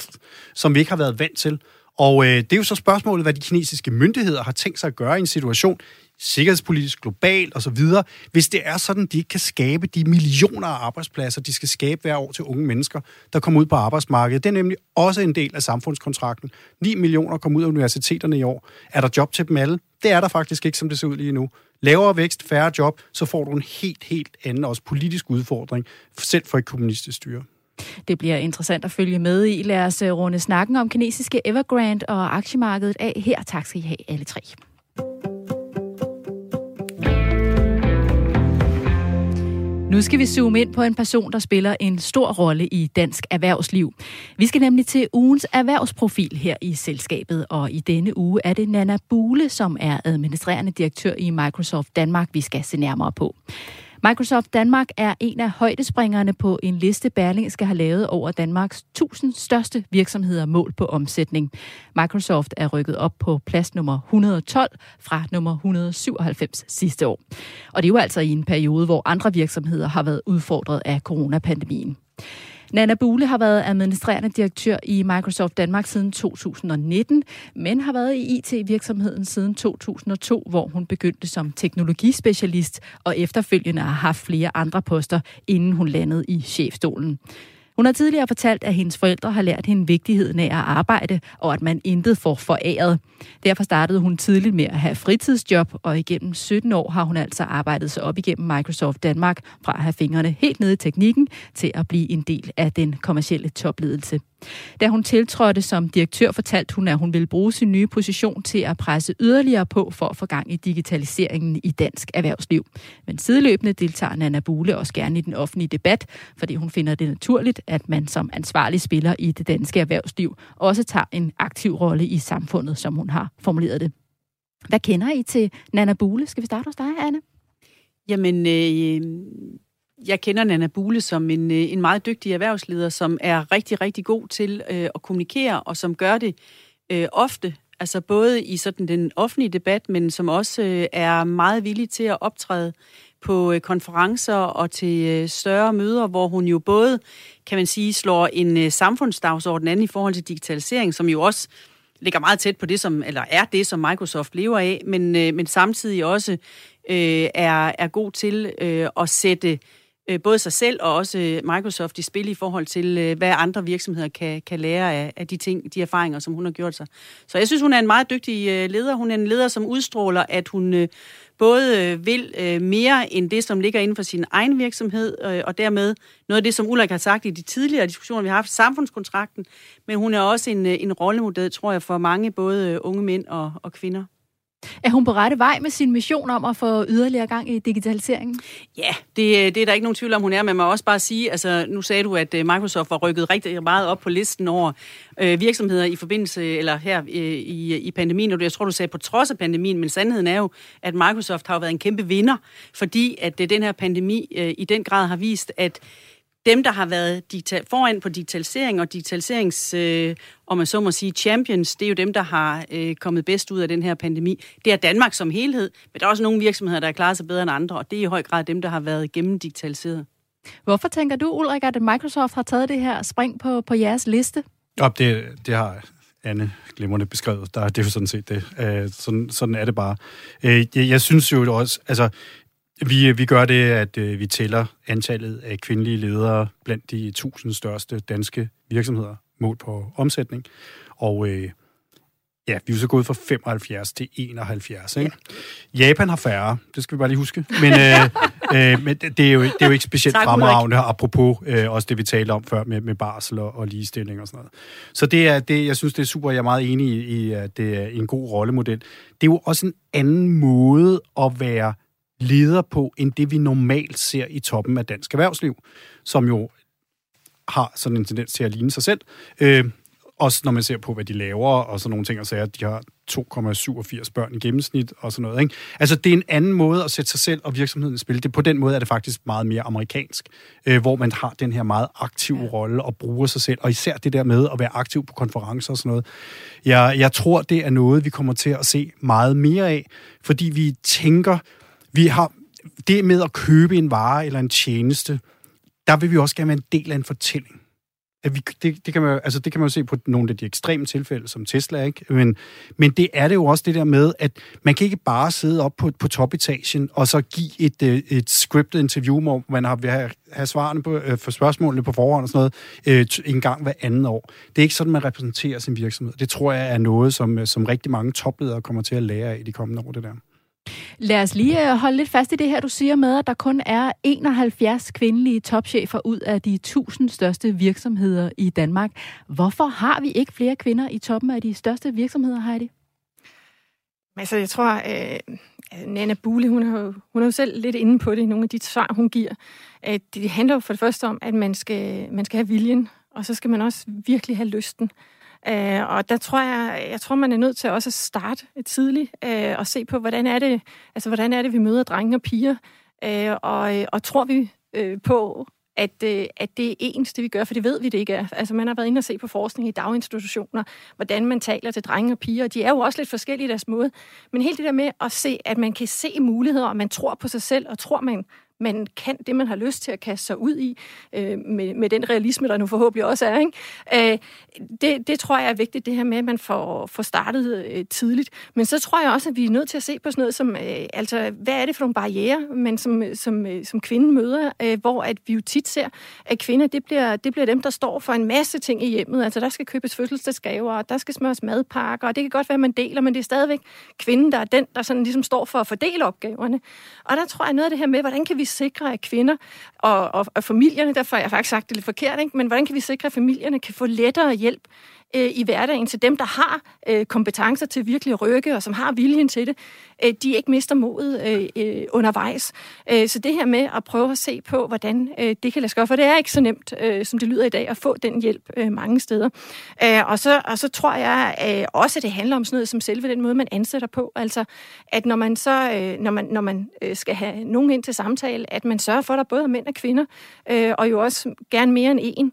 C: som vi ikke har været vant til. Og det er jo så spørgsmålet, hvad de kinesiske myndigheder har tænkt sig at gøre i en situation, sikkerhedspolitisk, globalt osv., hvis det er sådan, de ikke kan skabe de millioner af arbejdspladser, de skal skabe hver år til unge mennesker, der kommer ud på arbejdsmarkedet. Det er nemlig også en del af samfundskontrakten. 9 millioner kommer ud af universiteterne i år. Er der job til dem alle? Det er der faktisk ikke, som det ser ud lige nu. Lavere vækst, færre job, så får du en helt anden også politisk udfordring, selv for et kommunistisk styre.
A: Det bliver interessant at følge med i. Lad os runde snakken om kinesiske Evergrande og aktiemarkedet af her. Tak skal I have alle 3. Nu skal vi zoome ind på en person, der spiller en stor rolle i dansk erhvervsliv. Vi skal nemlig til ugens erhvervsprofil her i selskabet, og i denne uge er det Nanna Buhle, som er administrerende direktør i Microsoft Danmark, vi skal se nærmere på. Microsoft Danmark er en af højdespringerne på en liste, Berlingske har lavet over Danmarks 1000 største virksomheder målt på omsætning. Microsoft er rykket op på plads nummer 112 fra nummer 197 sidste år. Og det er jo altså i en periode, hvor andre virksomheder har været udfordret af coronapandemien. Nanna Buhle har været administrerende direktør i Microsoft Danmark siden 2019, men har været i IT-virksomheden siden 2002, hvor hun begyndte som teknologispecialist og efterfølgende har haft flere andre poster, inden hun landede i chefstolen. Hun har tidligere fortalt, at hendes forældre har lært hende vigtigheden af at arbejde, og at man intet får foræret. Derfor startede hun tidligt med at have fritidsjob, og igennem 17 år har hun altså arbejdet sig op igennem Microsoft Danmark, fra at have fingrene helt nede i teknikken til at blive en del af den kommercielle topledelse. Da hun tiltrådte som direktør, fortalte hun, at hun ville bruge sin nye position til at presse yderligere på for at få gang i digitaliseringen i dansk erhvervsliv. Men sideløbende deltager Nanna Buhle også gerne i den offentlige debat, fordi hun finder det naturligt, at man som ansvarlig spiller i det danske erhvervsliv også tager en aktiv rolle i samfundet, som hun har formuleret det. Hvad kender I til Nanna Buhle? Skal vi starte hos dig, Anne?
D: Jamen, jeg kender Nanna Buhle som en meget dygtig erhvervsleder, som er rigtig, rigtig god til at kommunikere, og som gør det ofte, altså både i sådan den offentlige debat, men som også er meget villig til at optræde på konferencer og til større møder, hvor hun jo både, kan man sige, slår en samfundsdagsorden an i forhold til digitalisering, som jo også ligger meget tæt på det, som som Microsoft lever af, men samtidig også er god til at sætte både sig selv og også Microsoft i spil i forhold til, hvad andre virksomheder kan lære af de erfaringer, som hun har gjort sig. Så jeg synes, hun er en meget dygtig leder. Hun er en leder, som udstråler, at hun både vil mere end det, som ligger inden for sin egen virksomhed, og dermed noget af det, som Ulrik har sagt i de tidligere diskussioner, vi har haft, samfundskontrakten, men hun er også en rollemodel, tror jeg, for mange, både unge mænd og kvinder.
A: Er hun på rette vej med sin mission om at få yderligere gang i digitaliseringen?
D: Ja, det er der ikke nogen tvivl om, hun er. Man må også bare sige, altså nu sagde du, at Microsoft var rykket rigtig meget op på listen over virksomheder i forbindelse, eller her i pandemien, og jeg tror, du sagde på trods af pandemien, men sandheden er jo, at Microsoft har været en kæmpe vinder, fordi at den her pandemi i den grad har vist, at dem, der har været foran på digitalisering og om man så må sige, champions, det er jo dem, der har kommet bedst ud af den her pandemi. Det er Danmark som helhed, men der er også nogle virksomheder, der har klaret sig bedre end andre, og det er i høj grad dem, der har været gennemdigitaliseret.
A: Hvorfor tænker du, Ulrik, at Microsoft har taget det her spring på jeres liste?
C: Det har Anne glimrende beskrevet. Det er jo sådan set det. Sådan er det bare. Jeg synes jo også, altså vi gør det, at vi tæller antallet af kvindelige ledere blandt de 1000 største danske virksomheder målt på omsætning. Og vi er jo så gået fra 75 til 71. Ikke? Ja. Japan har færre, det skal vi bare lige huske. Men det er jo ikke specielt fremragende, apropos også det, vi talte om før med barsel og ligestilling og sådan noget. Så det er det, jeg synes, det er super. Jeg er meget enig i, at det er en god rollemodel. Det er jo også en anden måde at være leder på, end det vi normalt ser i toppen af dansk erhvervsliv, som jo har sådan en tendens til at ligne sig selv. Også når man ser på, hvad de laver, og sådan nogle ting, og sager, de har 2,87 børn i gennemsnit, og sådan noget. Ikke? Altså, det er en anden måde at sætte sig selv og virksomheden i spil. Det, på den måde er det faktisk meget mere amerikansk, hvor man har den her meget aktive rolle og bruger sig selv, og især det der med at være aktiv på konferencer og sådan noget. Jeg tror, det er noget, vi kommer til at se meget mere af, fordi vi tænker, vi har det med at købe en vare eller en tjeneste, der vil vi også gerne være en del af en fortælling. Det kan man jo se på nogle af de ekstreme tilfælde, som Tesla, ikke? Men det er det jo også det der med, at man kan ikke bare sidde op på topetagen og så give et scriptet interview, hvor man vil have svarene for spørgsmålene på forhånd og sådan noget en gang hver andet år. Det er ikke sådan, man repræsenterer sin virksomhed. Det tror jeg er noget, som rigtig mange topledere kommer til at lære af i de kommende år, det der.
A: Lad os lige holde lidt fast i det her, du siger med, at der kun er 71 kvindelige topchefer ud af de 1000 største virksomheder i Danmark. Hvorfor har vi ikke flere kvinder i toppen af de største virksomheder, Heidi?
B: Altså, jeg tror, Nanna Bule, hun er jo selv lidt inde på det i nogle af de svar, hun giver. At det handler jo for det første om, at man skal have viljen, og så skal man også virkelig have lysten. Og der tror man er nødt til også at starte tidligt og se på, hvordan er det, vi møder drenge og piger, og tror vi på, at det er ens, det vi gør, for det ved vi, det ikke er. Altså, man har været inde og se på forskning i daginstitutioner, hvordan man taler til drenge og piger, og de er jo også lidt forskellige i deres måde. Men helt det der med at se, at man kan se muligheder, og man tror på sig selv, og tror, man kan det, man har lyst til at kaste sig ud i, med den realisme, der nu forhåbentlig også er. Ikke? Det tror jeg er vigtigt, det her med, at man får startet tidligt. Men så tror jeg også, at vi er nødt til at se på sådan noget som, hvad er det for nogle barrierer, man som kvinde møder, hvor at vi jo tit ser, at kvinder, det bliver dem, der står for en masse ting i hjemmet. Altså, der skal købes fødselsdagsgaver, og der skal smøres madpakker, og det kan godt være, man deler, men det er stadigvæk kvinden, der er den, der sådan ligesom står for at fordele opgaverne. Og der tror jeg noget af det her med, hvordan kan vi sikre, at kvinder og familierne, derfor har jeg faktisk sagt det lidt forkert, ikke? Men hvordan kan vi sikre, at familierne kan få lettere hjælp i hverdagen til dem, der har kompetencer til virkelig at rykke, og som har viljen til det, de ikke mister modet undervejs. Så det her med at prøve at se på, hvordan det kan lade sig gøre, for det er ikke så nemt, som det lyder i dag, at få den hjælp mange steder. Og så tror jeg også, at det handler om sådan noget som selve den måde, man ansætter på. Altså, at når man så når man skal have nogen ind til samtale, at man sørger for, at der både er mænd og kvinder, og jo også gerne mere end en,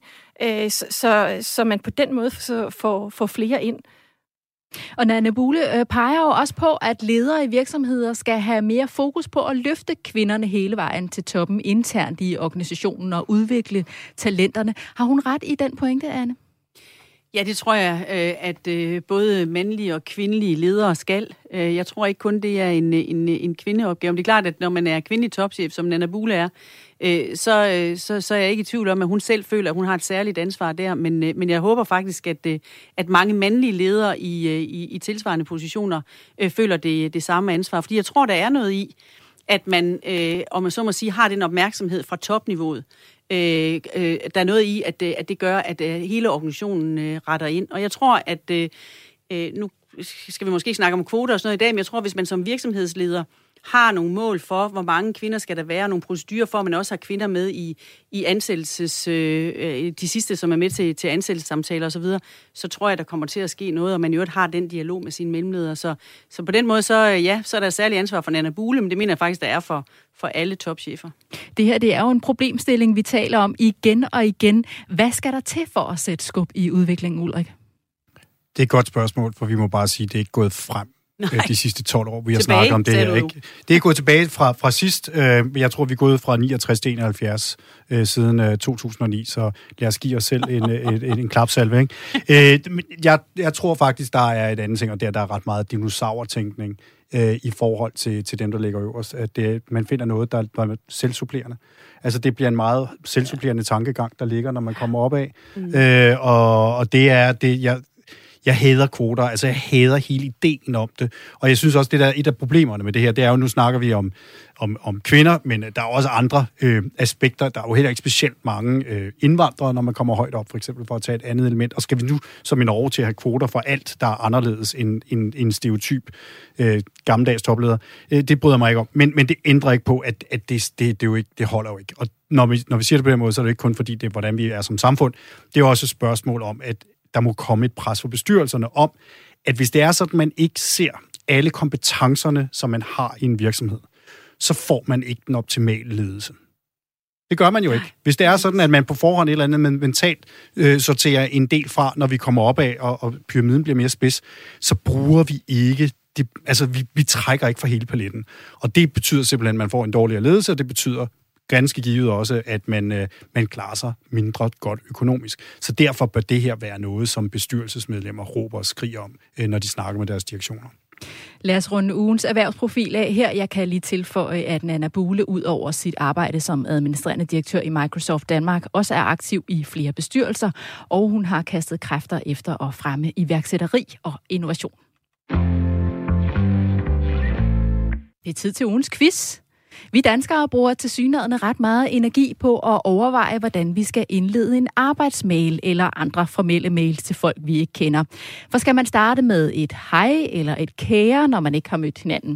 B: så man på den måde får flere ind.
A: Og Nanna Bule peger jo også på, at ledere i virksomheder skal have mere fokus på at løfte kvinderne hele vejen til toppen internt i organisationen og udvikle talenterne. Har hun ret i den pointe, Anne?
D: Ja, det tror jeg, at både mandlige og kvindelige ledere skal. Jeg tror ikke kun, det er en kvindeopgave. Men det er klart, at når man er kvindelig topchef, som Nanna Bule er, så er jeg ikke i tvivl om, at hun selv føler, at hun har et særligt ansvar der. Men jeg håber faktisk, at mange mandlige ledere i tilsvarende positioner føler det samme ansvar. Fordi jeg tror, der er noget i, at man, om man så må sige, har den opmærksomhed fra topniveauet. Der er noget i, at det gør, at hele organisationen retter ind. Og jeg tror, at nu skal vi måske ikke snakke om kvoter og sådan noget i dag, men jeg tror, hvis man som virksomhedsleder har nogle mål for, hvor mange kvinder skal der være, nogle procedurer for, at man også har kvinder med i ansættelses, de sidste, som er med til ansættelsessamtaler osv., så tror jeg, der kommer til at ske noget, og man jo har den dialog med sine mellemledere. Så på den måde, så er der særlig ansvar for Nanna Bule, men det mener jeg faktisk, der er for alle topchefer.
A: Det her, det er jo en problemstilling, vi taler om igen og igen. Hvad skal der til for at sætte skub i udviklingen, Ulrik? Det
C: er et godt spørgsmål, for vi må bare sige, at det er ikke gået frem. De sidste 12 år, vi har snakket om det her. Ikke? Det er gået tilbage fra sidst. Jeg tror, vi er gået fra 69 til 71 siden 2009, så lad os give os selv en klapsalve. Ikke? Jeg tror faktisk, der er et andet ting, og der er ret meget dinosaurtænkning i forhold til dem, der ligger øverst. At man finder noget, der er selvsupplerende. Altså, det bliver en meget selvsupplerende tankegang, der ligger, når man kommer opad. Og det er det, jeg hader kvoter, altså jeg hader hele ideen om det. Og jeg synes også, det der er et af problemerne med det her, det er jo, nu snakker vi om kvinder, men der er også andre aspekter. Der er jo heller ikke specielt mange indvandrere, når man kommer højt op, for eksempel, for at tage et andet element. Og skal vi nu som en år til at have kvoter for alt, der er anderledes end en stereotyp gammeldags topleder? Det bryder mig ikke om. Men det ændrer ikke på, at det jo ikke, det holder jo ikke. Og når vi siger det på den måde, så er det ikke kun fordi, det er, hvordan vi er som samfund. Det er jo også et spørgsmål om, at der må komme et pres for bestyrelserne om, at hvis det er sådan, at man ikke ser alle kompetencerne, som man har i en virksomhed, så får man ikke den optimale ledelse. Det gør man jo ikke. Hvis det er sådan, at man på forhånd et eller andet mentalt sorterer en del fra, når vi kommer opad, og pyramiden bliver mere spids, så bruger vi ikke det, altså vi trækker ikke fra hele paletten. Og det betyder simpelthen, at man får en dårligere ledelse, og det betyder ganske givet også, at man klarer sig mindre godt økonomisk. Så derfor bør det her være noget, som bestyrelsesmedlemmer råber og skriger om, når de snakker med deres direktioner.
A: Lad os runde ugens erhvervsprofil af her. Jeg kan lige tilføje, at Nanna Bule ud over sit arbejde som administrerende direktør i Microsoft Danmark også er aktiv i flere bestyrelser, og hun har kastet kræfter efter at fremme iværksætteri og innovation. Det er tid til ugens quiz. Vi danskere bruger tilsyneladende ret meget energi på at overveje, hvordan vi skal indlede en arbejdsmail eller andre formelle mails til folk, vi ikke kender. For skal man starte med et hej eller et kære, når man ikke har mødt hinanden?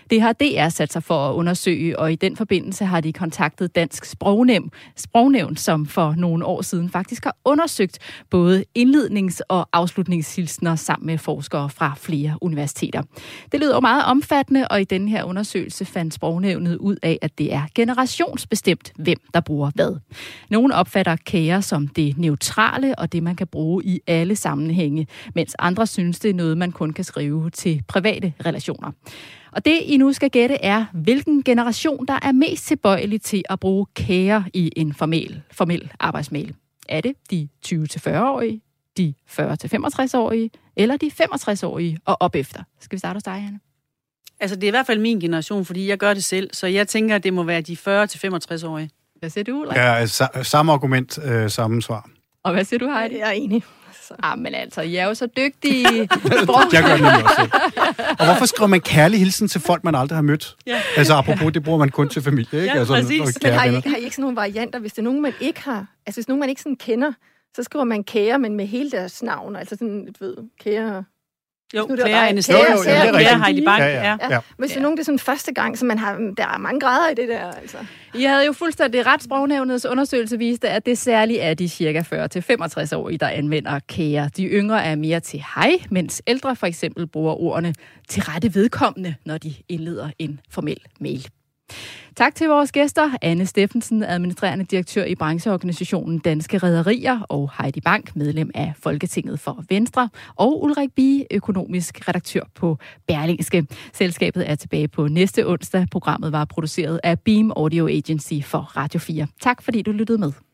A: Det har DR sat sig for at undersøge, og i den forbindelse har de kontaktet Dansk Sprognævn, som for nogle år siden faktisk har undersøgt både indlednings- og afslutningshilsner sammen med forskere fra flere universiteter. Det lyder meget omfattende, og i denne her undersøgelse fandt Sprognævnet ud af, at det er generationsbestemt, hvem der bruger hvad. Nogle opfatter kære som det neutrale og det, man kan bruge i alle sammenhænge, mens andre synes, det er noget, man kun kan skrive til private relationer. Og det, I nu skal gætte, er, hvilken generation, der er mest tilbøjelig til at bruge kære i en formel arbejdsmail. Er det de 20-40-årige, de 40-65-årige, eller de 65-årige og op efter? Skal vi starte hos dig, Anne?
D: Altså, det er i hvert fald min generation, fordi jeg gør det selv, så jeg tænker, at det må være de 40-65-årige.
A: Hvad siger du, Ulrik?
C: Ja, samme argument, samme svar.
A: Og hvad siger du, Heidi?
B: Jeg er enig.
A: Men altså, I er jo så dygtige.
C: Jeg gør det nemlig også. Og hvorfor skriver man kærlig hilsen til folk, man aldrig har mødt? Ja. Altså apropos, det bruger man kun til familie, ikke?
D: Ja,
C: altså,
D: præcis.
B: Men har I ikke sådan nogle varianter, hvis det er nogen, man ikke har? Altså hvis nogen, man ikke sådan kender, så skriver man kære, men med hele deres navn. Altså sådan, du ved, kære...
D: Jo, Claire Anastassia.
C: Claire
D: Heidi Bank.
B: Ja. Hvis det er nogen, det er sådan første gang, så man har, der er mange grader i det der, altså.
A: I havde jo fuldstændig ret. Sprognævnets undersøgelse viste, at det særligt er de cirka 40-65-årige, der anvender kære. De yngre er mere til hej, mens ældre for eksempel bruger ordene til rette vedkommende, når de indleder en formel mail. Tak til vores gæster, Anne Steffensen, administrerende direktør i brancheorganisationen Danske Rederier, og Heidi Bank, medlem af Folketinget for Venstre, og Ulrik Bie, økonomisk redaktør på Berlingske. Selskabet er tilbage på næste onsdag. Programmet var produceret af Beam Audio Agency for Radio 4. Tak fordi du lyttede med.